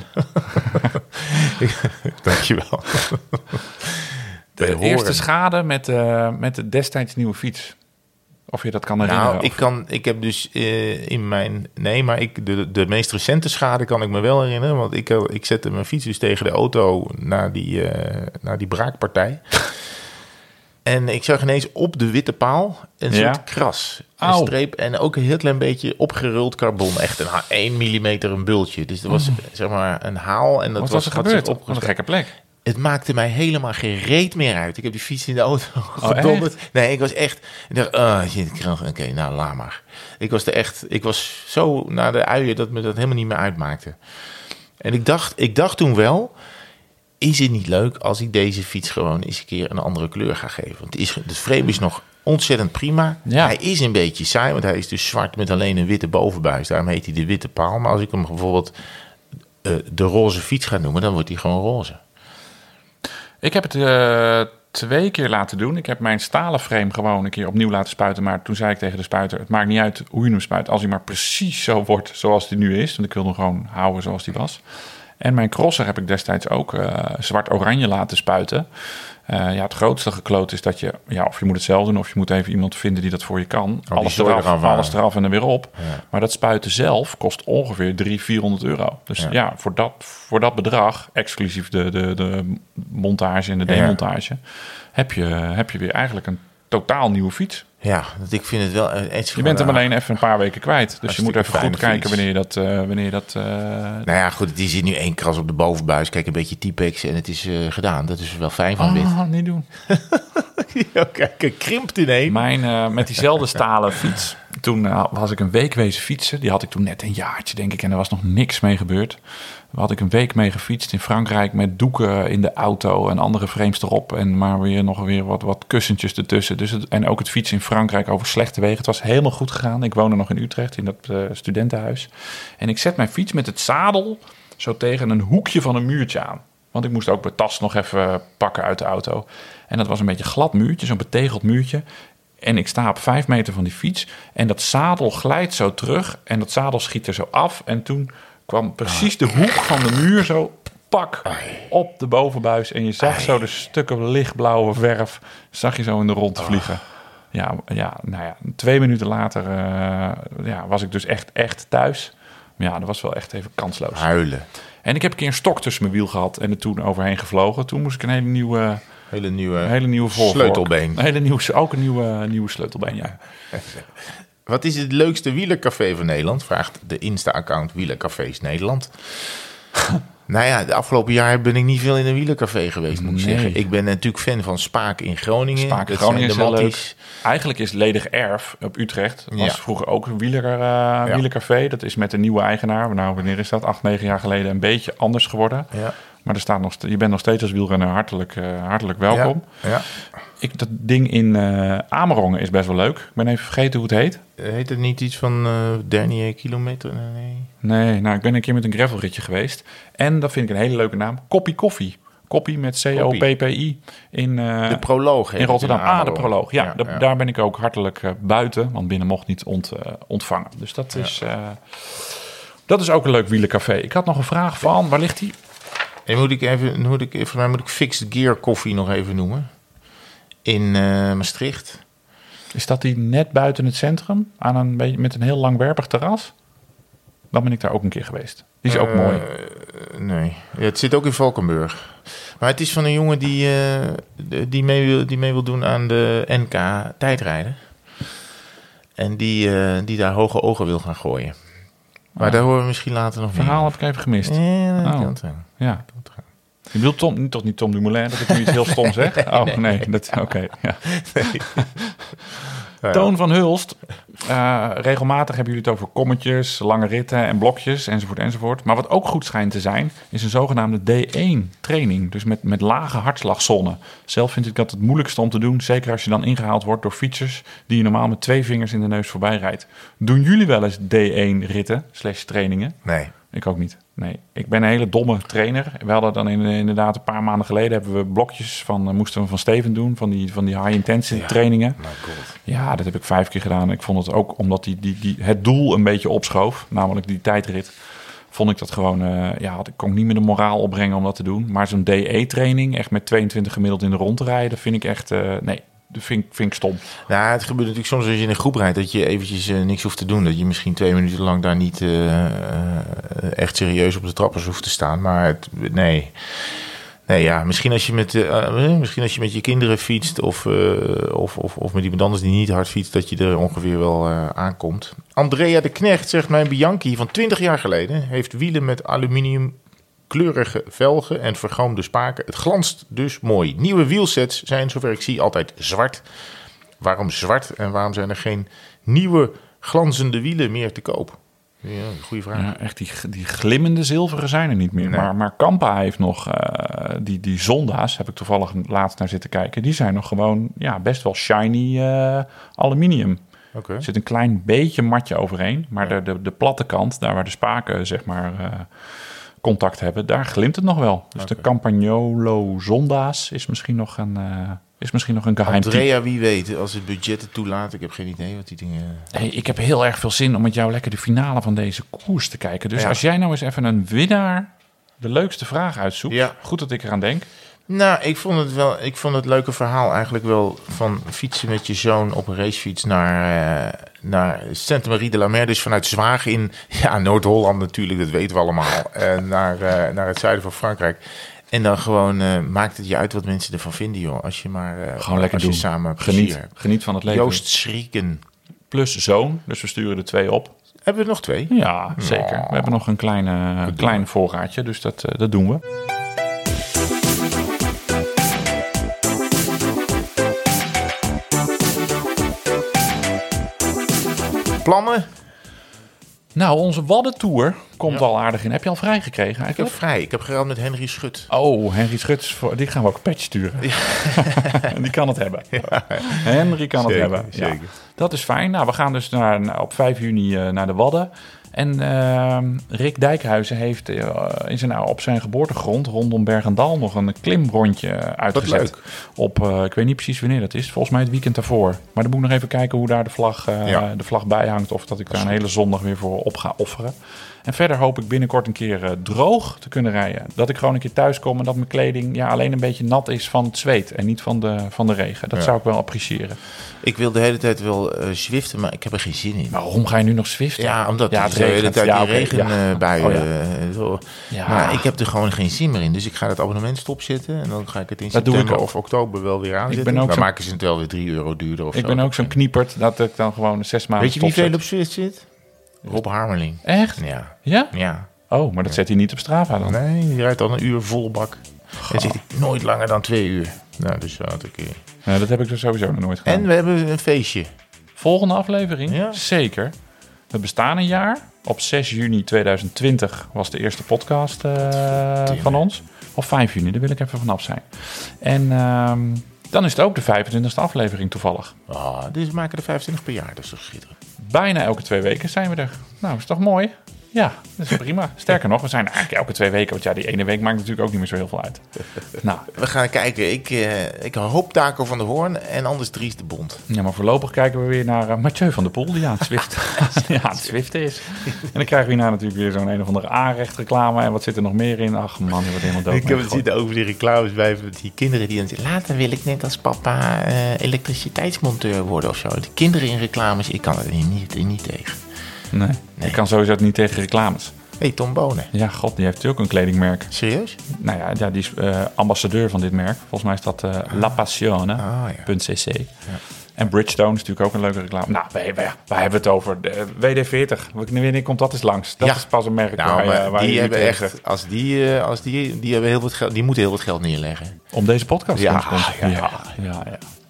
Dankjewel.
De, de eerste schade met, uh, met de destijds nieuwe fiets. Of je dat kan herinneren?
Nou, ik, kan, ik heb dus uh, in mijn... Nee, maar ik, de, de meest recente schade kan ik me wel herinneren. Want ik, ik zette mijn fiets dus tegen de auto naar die, uh, naar die braakpartij. En ik zag ineens op de witte paal een soort ja. kras. Een Au. streep en ook een heel klein beetje opgeruld carbon. Echt een één millimeter een bultje. Dus dat was oh. zeg maar een haal. En dat
Wat
was,
was er gebeurd? Op een gekke plek.
Het maakte mij helemaal geen reet meer uit. Ik heb die fiets in de auto gedonderd. Oh, nee, ik was echt... Ik dacht, oh, oké, okay, nou, laat maar. Ik was er echt... Ik was zo naar de uien dat me dat helemaal niet meer uitmaakte. En ik dacht, ik dacht toen wel... Is het niet leuk als ik deze fiets gewoon eens een keer een andere kleur ga geven? Want het, is, het frame is nog ontzettend prima. Ja. Hij is een beetje saai, want hij is dus zwart met alleen een witte bovenbuis. Daarom heet hij de witte paal. Maar als ik hem bijvoorbeeld uh, de roze fiets ga noemen, dan wordt hij gewoon roze.
Ik heb het uh, twee keer laten doen. Ik heb mijn stalen frame gewoon een keer opnieuw laten spuiten. Maar toen zei ik tegen de spuiter, het maakt niet uit hoe je hem spuit. Als hij maar precies zo wordt zoals hij nu is. Want ik wil hem gewoon houden zoals hij was. En mijn crosser heb ik destijds ook uh, zwart-oranje laten spuiten. Uh, ja, het grootste gekloot is dat je, ja, of je moet het zelf doen, of je moet even iemand vinden die dat voor je kan.
Oh,
alles, eraf,
eraf
alles eraf en er weer op.
Ja.
Maar dat spuiten zelf kost ongeveer driehonderd, vierhonderd euro. Dus ja,
Ja.
ja voor, dat, voor dat bedrag, exclusief de, de, de montage en de
Ja.
demontage, heb je, heb je weer eigenlijk een totaal nieuwe fiets.
Ja, dat ik vind het wel... Uh, iets
Je bent hem alleen even een paar weken kwijt. Dus je moet even
fijne
goed kijken
fiets.
wanneer je dat... Uh, wanneer je dat uh...
Nou ja, goed, die zit nu één kras op de bovenbuis. Kijk, een beetje T-Pex en het is uh, gedaan. Dat is wel fijn van dit.
Oh, niet doen.
Ja, kijk, het krimpt ineen.
Mijn, uh, met diezelfde stalen fiets. Toen uh, was ik een week wezen fietsen. Die had ik toen net een jaartje, denk ik. En er was nog niks mee gebeurd. Daar had ik een week mee gefietst in Frankrijk met doeken in de auto en andere frames erop. En maar weer nog weer wat, wat kussentjes ertussen. Dus het, en ook het fietsen in Frankrijk over slechte wegen. Het was helemaal goed gegaan. Ik woonde nog in Utrecht in dat uh, studentenhuis. En ik zet mijn fiets met het zadel zo tegen een hoekje van een muurtje aan. Want ik moest ook mijn tas nog even pakken uit de auto. En dat was een beetje glad muurtje, zo'n betegeld muurtje. En ik sta op vijf meter van die fiets. En dat zadel glijdt zo terug. En dat zadel schiet er zo af. En toen kwam precies de hoek van de muur zo pak op de bovenbuis. En je zag zo de stukken lichtblauwe verf. Zag je zo in de rond vliegen. Ja, ja, nou ja, twee minuten later uh, ja, was ik dus echt, echt thuis. Maar ja, dat was wel echt even kansloos.
Huilen.
En ik heb een keer een stok tussen mijn wiel gehad en er toen overheen gevlogen. Toen moest ik een hele nieuwe,
Hele nieuwe,
een hele nieuwe voorvork.
sleutelbeen.
Een hele nieuwe, ook een nieuwe, nieuwe sleutelbeen, ja.
Wat is het leukste wielercafé van Nederland? Vraagt de Insta-account Wielercafés Nederland. Nou ja, de afgelopen jaar ben ik niet veel in een wielercafé geweest, moet ik
Nee.
zeggen. Ik ben natuurlijk fan van Spaak in Groningen.
Spaak in
Dat
Groningen is
zijn
heel
de
leuk.
matties.
Eigenlijk is Ledig Erf op Utrecht. Was
Ja.
vroeger ook een wieler, uh, ja. wielercafé. Dat is met een nieuwe eigenaar. Nou, wanneer is dat? Acht, negen jaar geleden een beetje anders geworden.
Ja.
Maar er staat nog, st- je bent nog steeds als wielrenner hartelijk, uh, hartelijk welkom.
Ja. Ja.
Ik, dat ding in uh, Amerongen is best wel leuk. Ik ben even vergeten hoe het heet.
Heet het niet iets van uh, dertig kilometer? Nee.
Nee, nou, ik ben een keer met een gravelritje geweest. En dat vind ik een hele leuke naam. Koppie Koffie. Koppie met C O P P I in, uh,
De proloog.
in Rotterdam.
In
ah, de
Amerongen.
proloog. Ja,
Ja,
da-
ja.
daar ben ik ook hartelijk uh, buiten. Want binnen mocht niet ont, uh, ontvangen. Dus dat is, uh, dat is ook een leuk wielercafé. Ik had nog een vraag van, waar ligt die?
En moet ik even, moet ik, voor mij moet ik Fixed Gear Koffie nog even noemen. In uh, Maastricht.
Is dat die net buiten het centrum? Aan een beetje, met een heel langwerpig terras? Dan ben ik daar ook een keer geweest. Die is ook
Uh,
mooi.
Nee, ja, het zit ook in Valkenburg. Maar het is van een jongen die, uh, die, mee, wil, die mee wil doen aan de N K tijdrijden. En die, uh, die daar hoge ogen wil gaan gooien. Maar
Ah.
daar horen we misschien later nog
Het verhaal
meer.
heb ik even gemist.
Ja, dat
Oh.
kan het zijn.
Ja. Je bedoelt Tom, toch niet Tom Dumoulin, dat ik nu iets heel stom zeg? Oh, nee. dat Oké, okay, ja.
Ja.
Toon van Hulst. Uh, regelmatig hebben jullie het over kommetjes, lange ritten en blokjes, enzovoort, enzovoort. Maar wat ook goed schijnt te zijn, is een zogenaamde D één training. Dus met, met lage hartslagzone. Zelf vind ik dat het moeilijkste om te doen. Zeker als je dan ingehaald wordt door fietsers die je normaal met twee vingers in de neus voorbij rijdt. Doen jullie wel eens D één ritten slash trainingen?
Nee.
Ik ook niet. Nee, ik ben een hele domme trainer. We hadden dan in, inderdaad een paar maanden geleden hebben we blokjes van uh, moesten we van Steven doen van die van die high intensity
Ja.
trainingen.
My god.
Ja, dat heb ik vijf keer gedaan. Ik vond het ook omdat die, die, die het doel een beetje opschoof, namelijk die tijdrit. Vond ik dat gewoon, uh, ja, ik kon niet meer de moraal opbrengen om dat te doen. Maar zo'n D E-training, echt met tweeëntwintig gemiddeld in de rond te rijden, vind ik echt, uh, nee, dat vind, vind ik stom.
Nou, het gebeurt natuurlijk soms als je in een groep rijdt dat je eventjes uh, niks hoeft te doen. Dat je misschien twee minuten lang daar niet uh, uh, echt serieus op de trappers hoeft te staan. Maar het, nee... Nee, ja, misschien als je met, uh, misschien als je, met je kinderen fietst of, uh, of, of, of met iemand anders die niet hard fietst, dat je er ongeveer wel uh, aankomt. Andrea de Knecht zegt, mijn Bianchi van twintig jaar geleden heeft wielen met aluminium kleurige velgen en vergroomde spaken. Het glanst dus mooi. Nieuwe wielsets zijn, zover ik zie, altijd zwart. Waarom zwart en waarom zijn er geen nieuwe glanzende wielen meer te koop? Ja, goede vraag.
Ja, echt die, die glimmende zilveren zijn er niet meer.
Nee.
Maar, maar Kampa heeft nog, uh, die, die Zonda's, heb ik toevallig laatst naar zitten kijken. Die zijn nog gewoon ja, best wel shiny uh, aluminium.
Okay.
Er zit een klein beetje matje overheen. Maar
Ja.
de, de, de platte kant, daar waar de spaken zeg maar uh, contact hebben, daar glimt het nog wel. Dus
Okay.
de Campagnolo Zonda's is misschien nog een, uh, is misschien nog een geheim type.
Andrea, wie weet, als het budget het toelaat. Ik heb geen idee wat die dingen...
Hey, ik heb heel erg veel zin om met jou lekker de finale van deze koers te kijken. Dus
Ja.
als jij nou eens even een winnaar, de leukste vraag uitzoekt.
Ja.
Goed dat ik eraan denk.
Nou, ik vond het wel. Ik vond het leuke verhaal eigenlijk wel van fietsen met je zoon op een racefiets naar, uh, naar Sainte-Marie de la Mer. Dus vanuit Zwagen in ja, Noord-Holland natuurlijk, dat weten we allemaal. Uh, naar, uh, naar het zuiden van Frankrijk. En dan gewoon uh, maakt het je uit wat mensen ervan vinden, joh. Als je maar uh,
Gewoon lekker
als je
doen.
samen plezier
Geniet,
hebt.
geniet van het leven.
Joost Schrieken.
Plus zoon, dus we sturen er twee op.
Hebben we er nog twee?
Ja, zeker.
Oh.
We hebben nog een kleine, klein voorraadje, dus dat, uh, dat doen we.
Plannen?
Nou, onze Waddentour komt
Ja.
al aardig in. Heb je al vrijgekregen
Ik heb
eigenlijk?
vrij. Ik heb geruild met Henry Schut.
Oh, Henry Schuts, voor- die gaan we ook een patch sturen. die kan het hebben. Henry kan
Zeker,
het hebben. Ja.
zeker.
Dat is fijn. Nou, we gaan dus naar, op vijf juni uh, naar de Wadden. En uh, Rick Dijkhuizen heeft uh, in zijn, nou, op zijn geboortegrond rondom Bergendal nog een klimrondje uitgezet.
leuk.
Op, uh, ik weet niet precies wanneer dat is. Volgens mij het weekend daarvoor. Maar dan moet ik nog even kijken hoe daar de vlag, uh,
Ja.
de vlag bij hangt. Of dat ik daar een hele zondag weer voor op ga offeren. En verder hoop ik binnenkort een keer uh, droog te kunnen rijden. Dat ik gewoon een keer thuis kom en dat mijn kleding ja, alleen een beetje nat is van het zweet. En niet van de, van de regen. Dat
Ja.
zou ik wel appreciëren.
Ik wil de hele tijd wel uh, zwiften, maar ik heb er geen zin in.
Waarom ga je nu nog zwiften?
Ja, omdat
Ja,
het
het
de hele
regent.
tijd
Ja,
die
oké,
regen
ja.
uh, bij
Oh, ja.
uh, zo.
Ja.
Maar ik heb er gewoon geen zin meer in. Dus ik ga het abonnement stopzetten. En dan ga ik het in
Dat doe
september
ik ook.
of oktober wel weer aanzetten.
ben ook
Dan
zo-
maken ze het wel weer drie euro duurder of
Ik
zo.
ben ook zo'n knieperd dat ik dan gewoon zes maanden
Weet je wie
stopzet.
veel op Zwift zit? Rob Harmeling.
Echt?
Ja.
Ja?
Ja.
Oh, maar dat zet hij niet op Strava dan.
Nee, die rijdt al een uur volle bak. En zit ik nooit langer dan twee uur. Nou, dus zo had ik... uh,
Nee, dat heb ik dus sowieso nog nooit gedaan.
En we hebben een feestje.
Volgende aflevering?
Ja.
Zeker. We bestaan een jaar. Op zes juni tweeduizend twintig was de eerste podcast uh, van ons. Of vijf juni, daar wil ik even vanaf zijn. En uh, dan is het ook de vijfentwintigste aflevering toevallig.
Ah, dus we maken er vijfentwintig per jaar. Dat is toch schitterend.
Bijna elke twee weken zijn we er. Nou, is toch mooi? Ja, dat is prima. Sterker nog, we zijn er eigenlijk elke twee weken. Want ja, die ene week maakt natuurlijk ook niet meer zo heel veel uit. Nou,
We gaan kijken. Ik, uh, ik hoop Taco van der Hoorn en anders Dries de Bond.
ja, maar voorlopig kijken we weer naar uh, Mathieu van der Poel, die aan het Zwift, die aan het Zwiften is. En dan krijgen we hierna natuurlijk weer zo'n een of andere A-recht reclame. En wat zit er nog meer in? Ach man, die wordt helemaal dood.
Ik heb het zitten over die reclames bij die kinderen die dan zeggen... Later wil ik net als papa uh, elektriciteitsmonteur worden of zo. De kinderen in reclames, ik kan er niet, niet tegen.
Nee,
Nee.
ik kan sowieso niet tegen reclames.
Hé, hey, Tom Bonen.
Ja, god, die heeft natuurlijk ook een kledingmerk.
Serieus?
Nou ja, ja die is uh, ambassadeur van dit merk. Volgens mij is dat uh, La Passione.
Ah, ja.
.cc. Ja. En Bridgestone is natuurlijk ook een leuke reclame. Nou, wij, wij, wij hebben het over de W D veertig. Wanneer komt dat eens langs? Dat
Ja.
is pas een merk
Nou,
waar,
maar
je- waar
die
je
hebben
tegen
echt,
zegt.
als die, uh, als die, die hebben heel wat geld, die moeten heel wat geld neerleggen.
Om deze podcast
Ja,
te sponseren.
ja,
ja, ja, ja.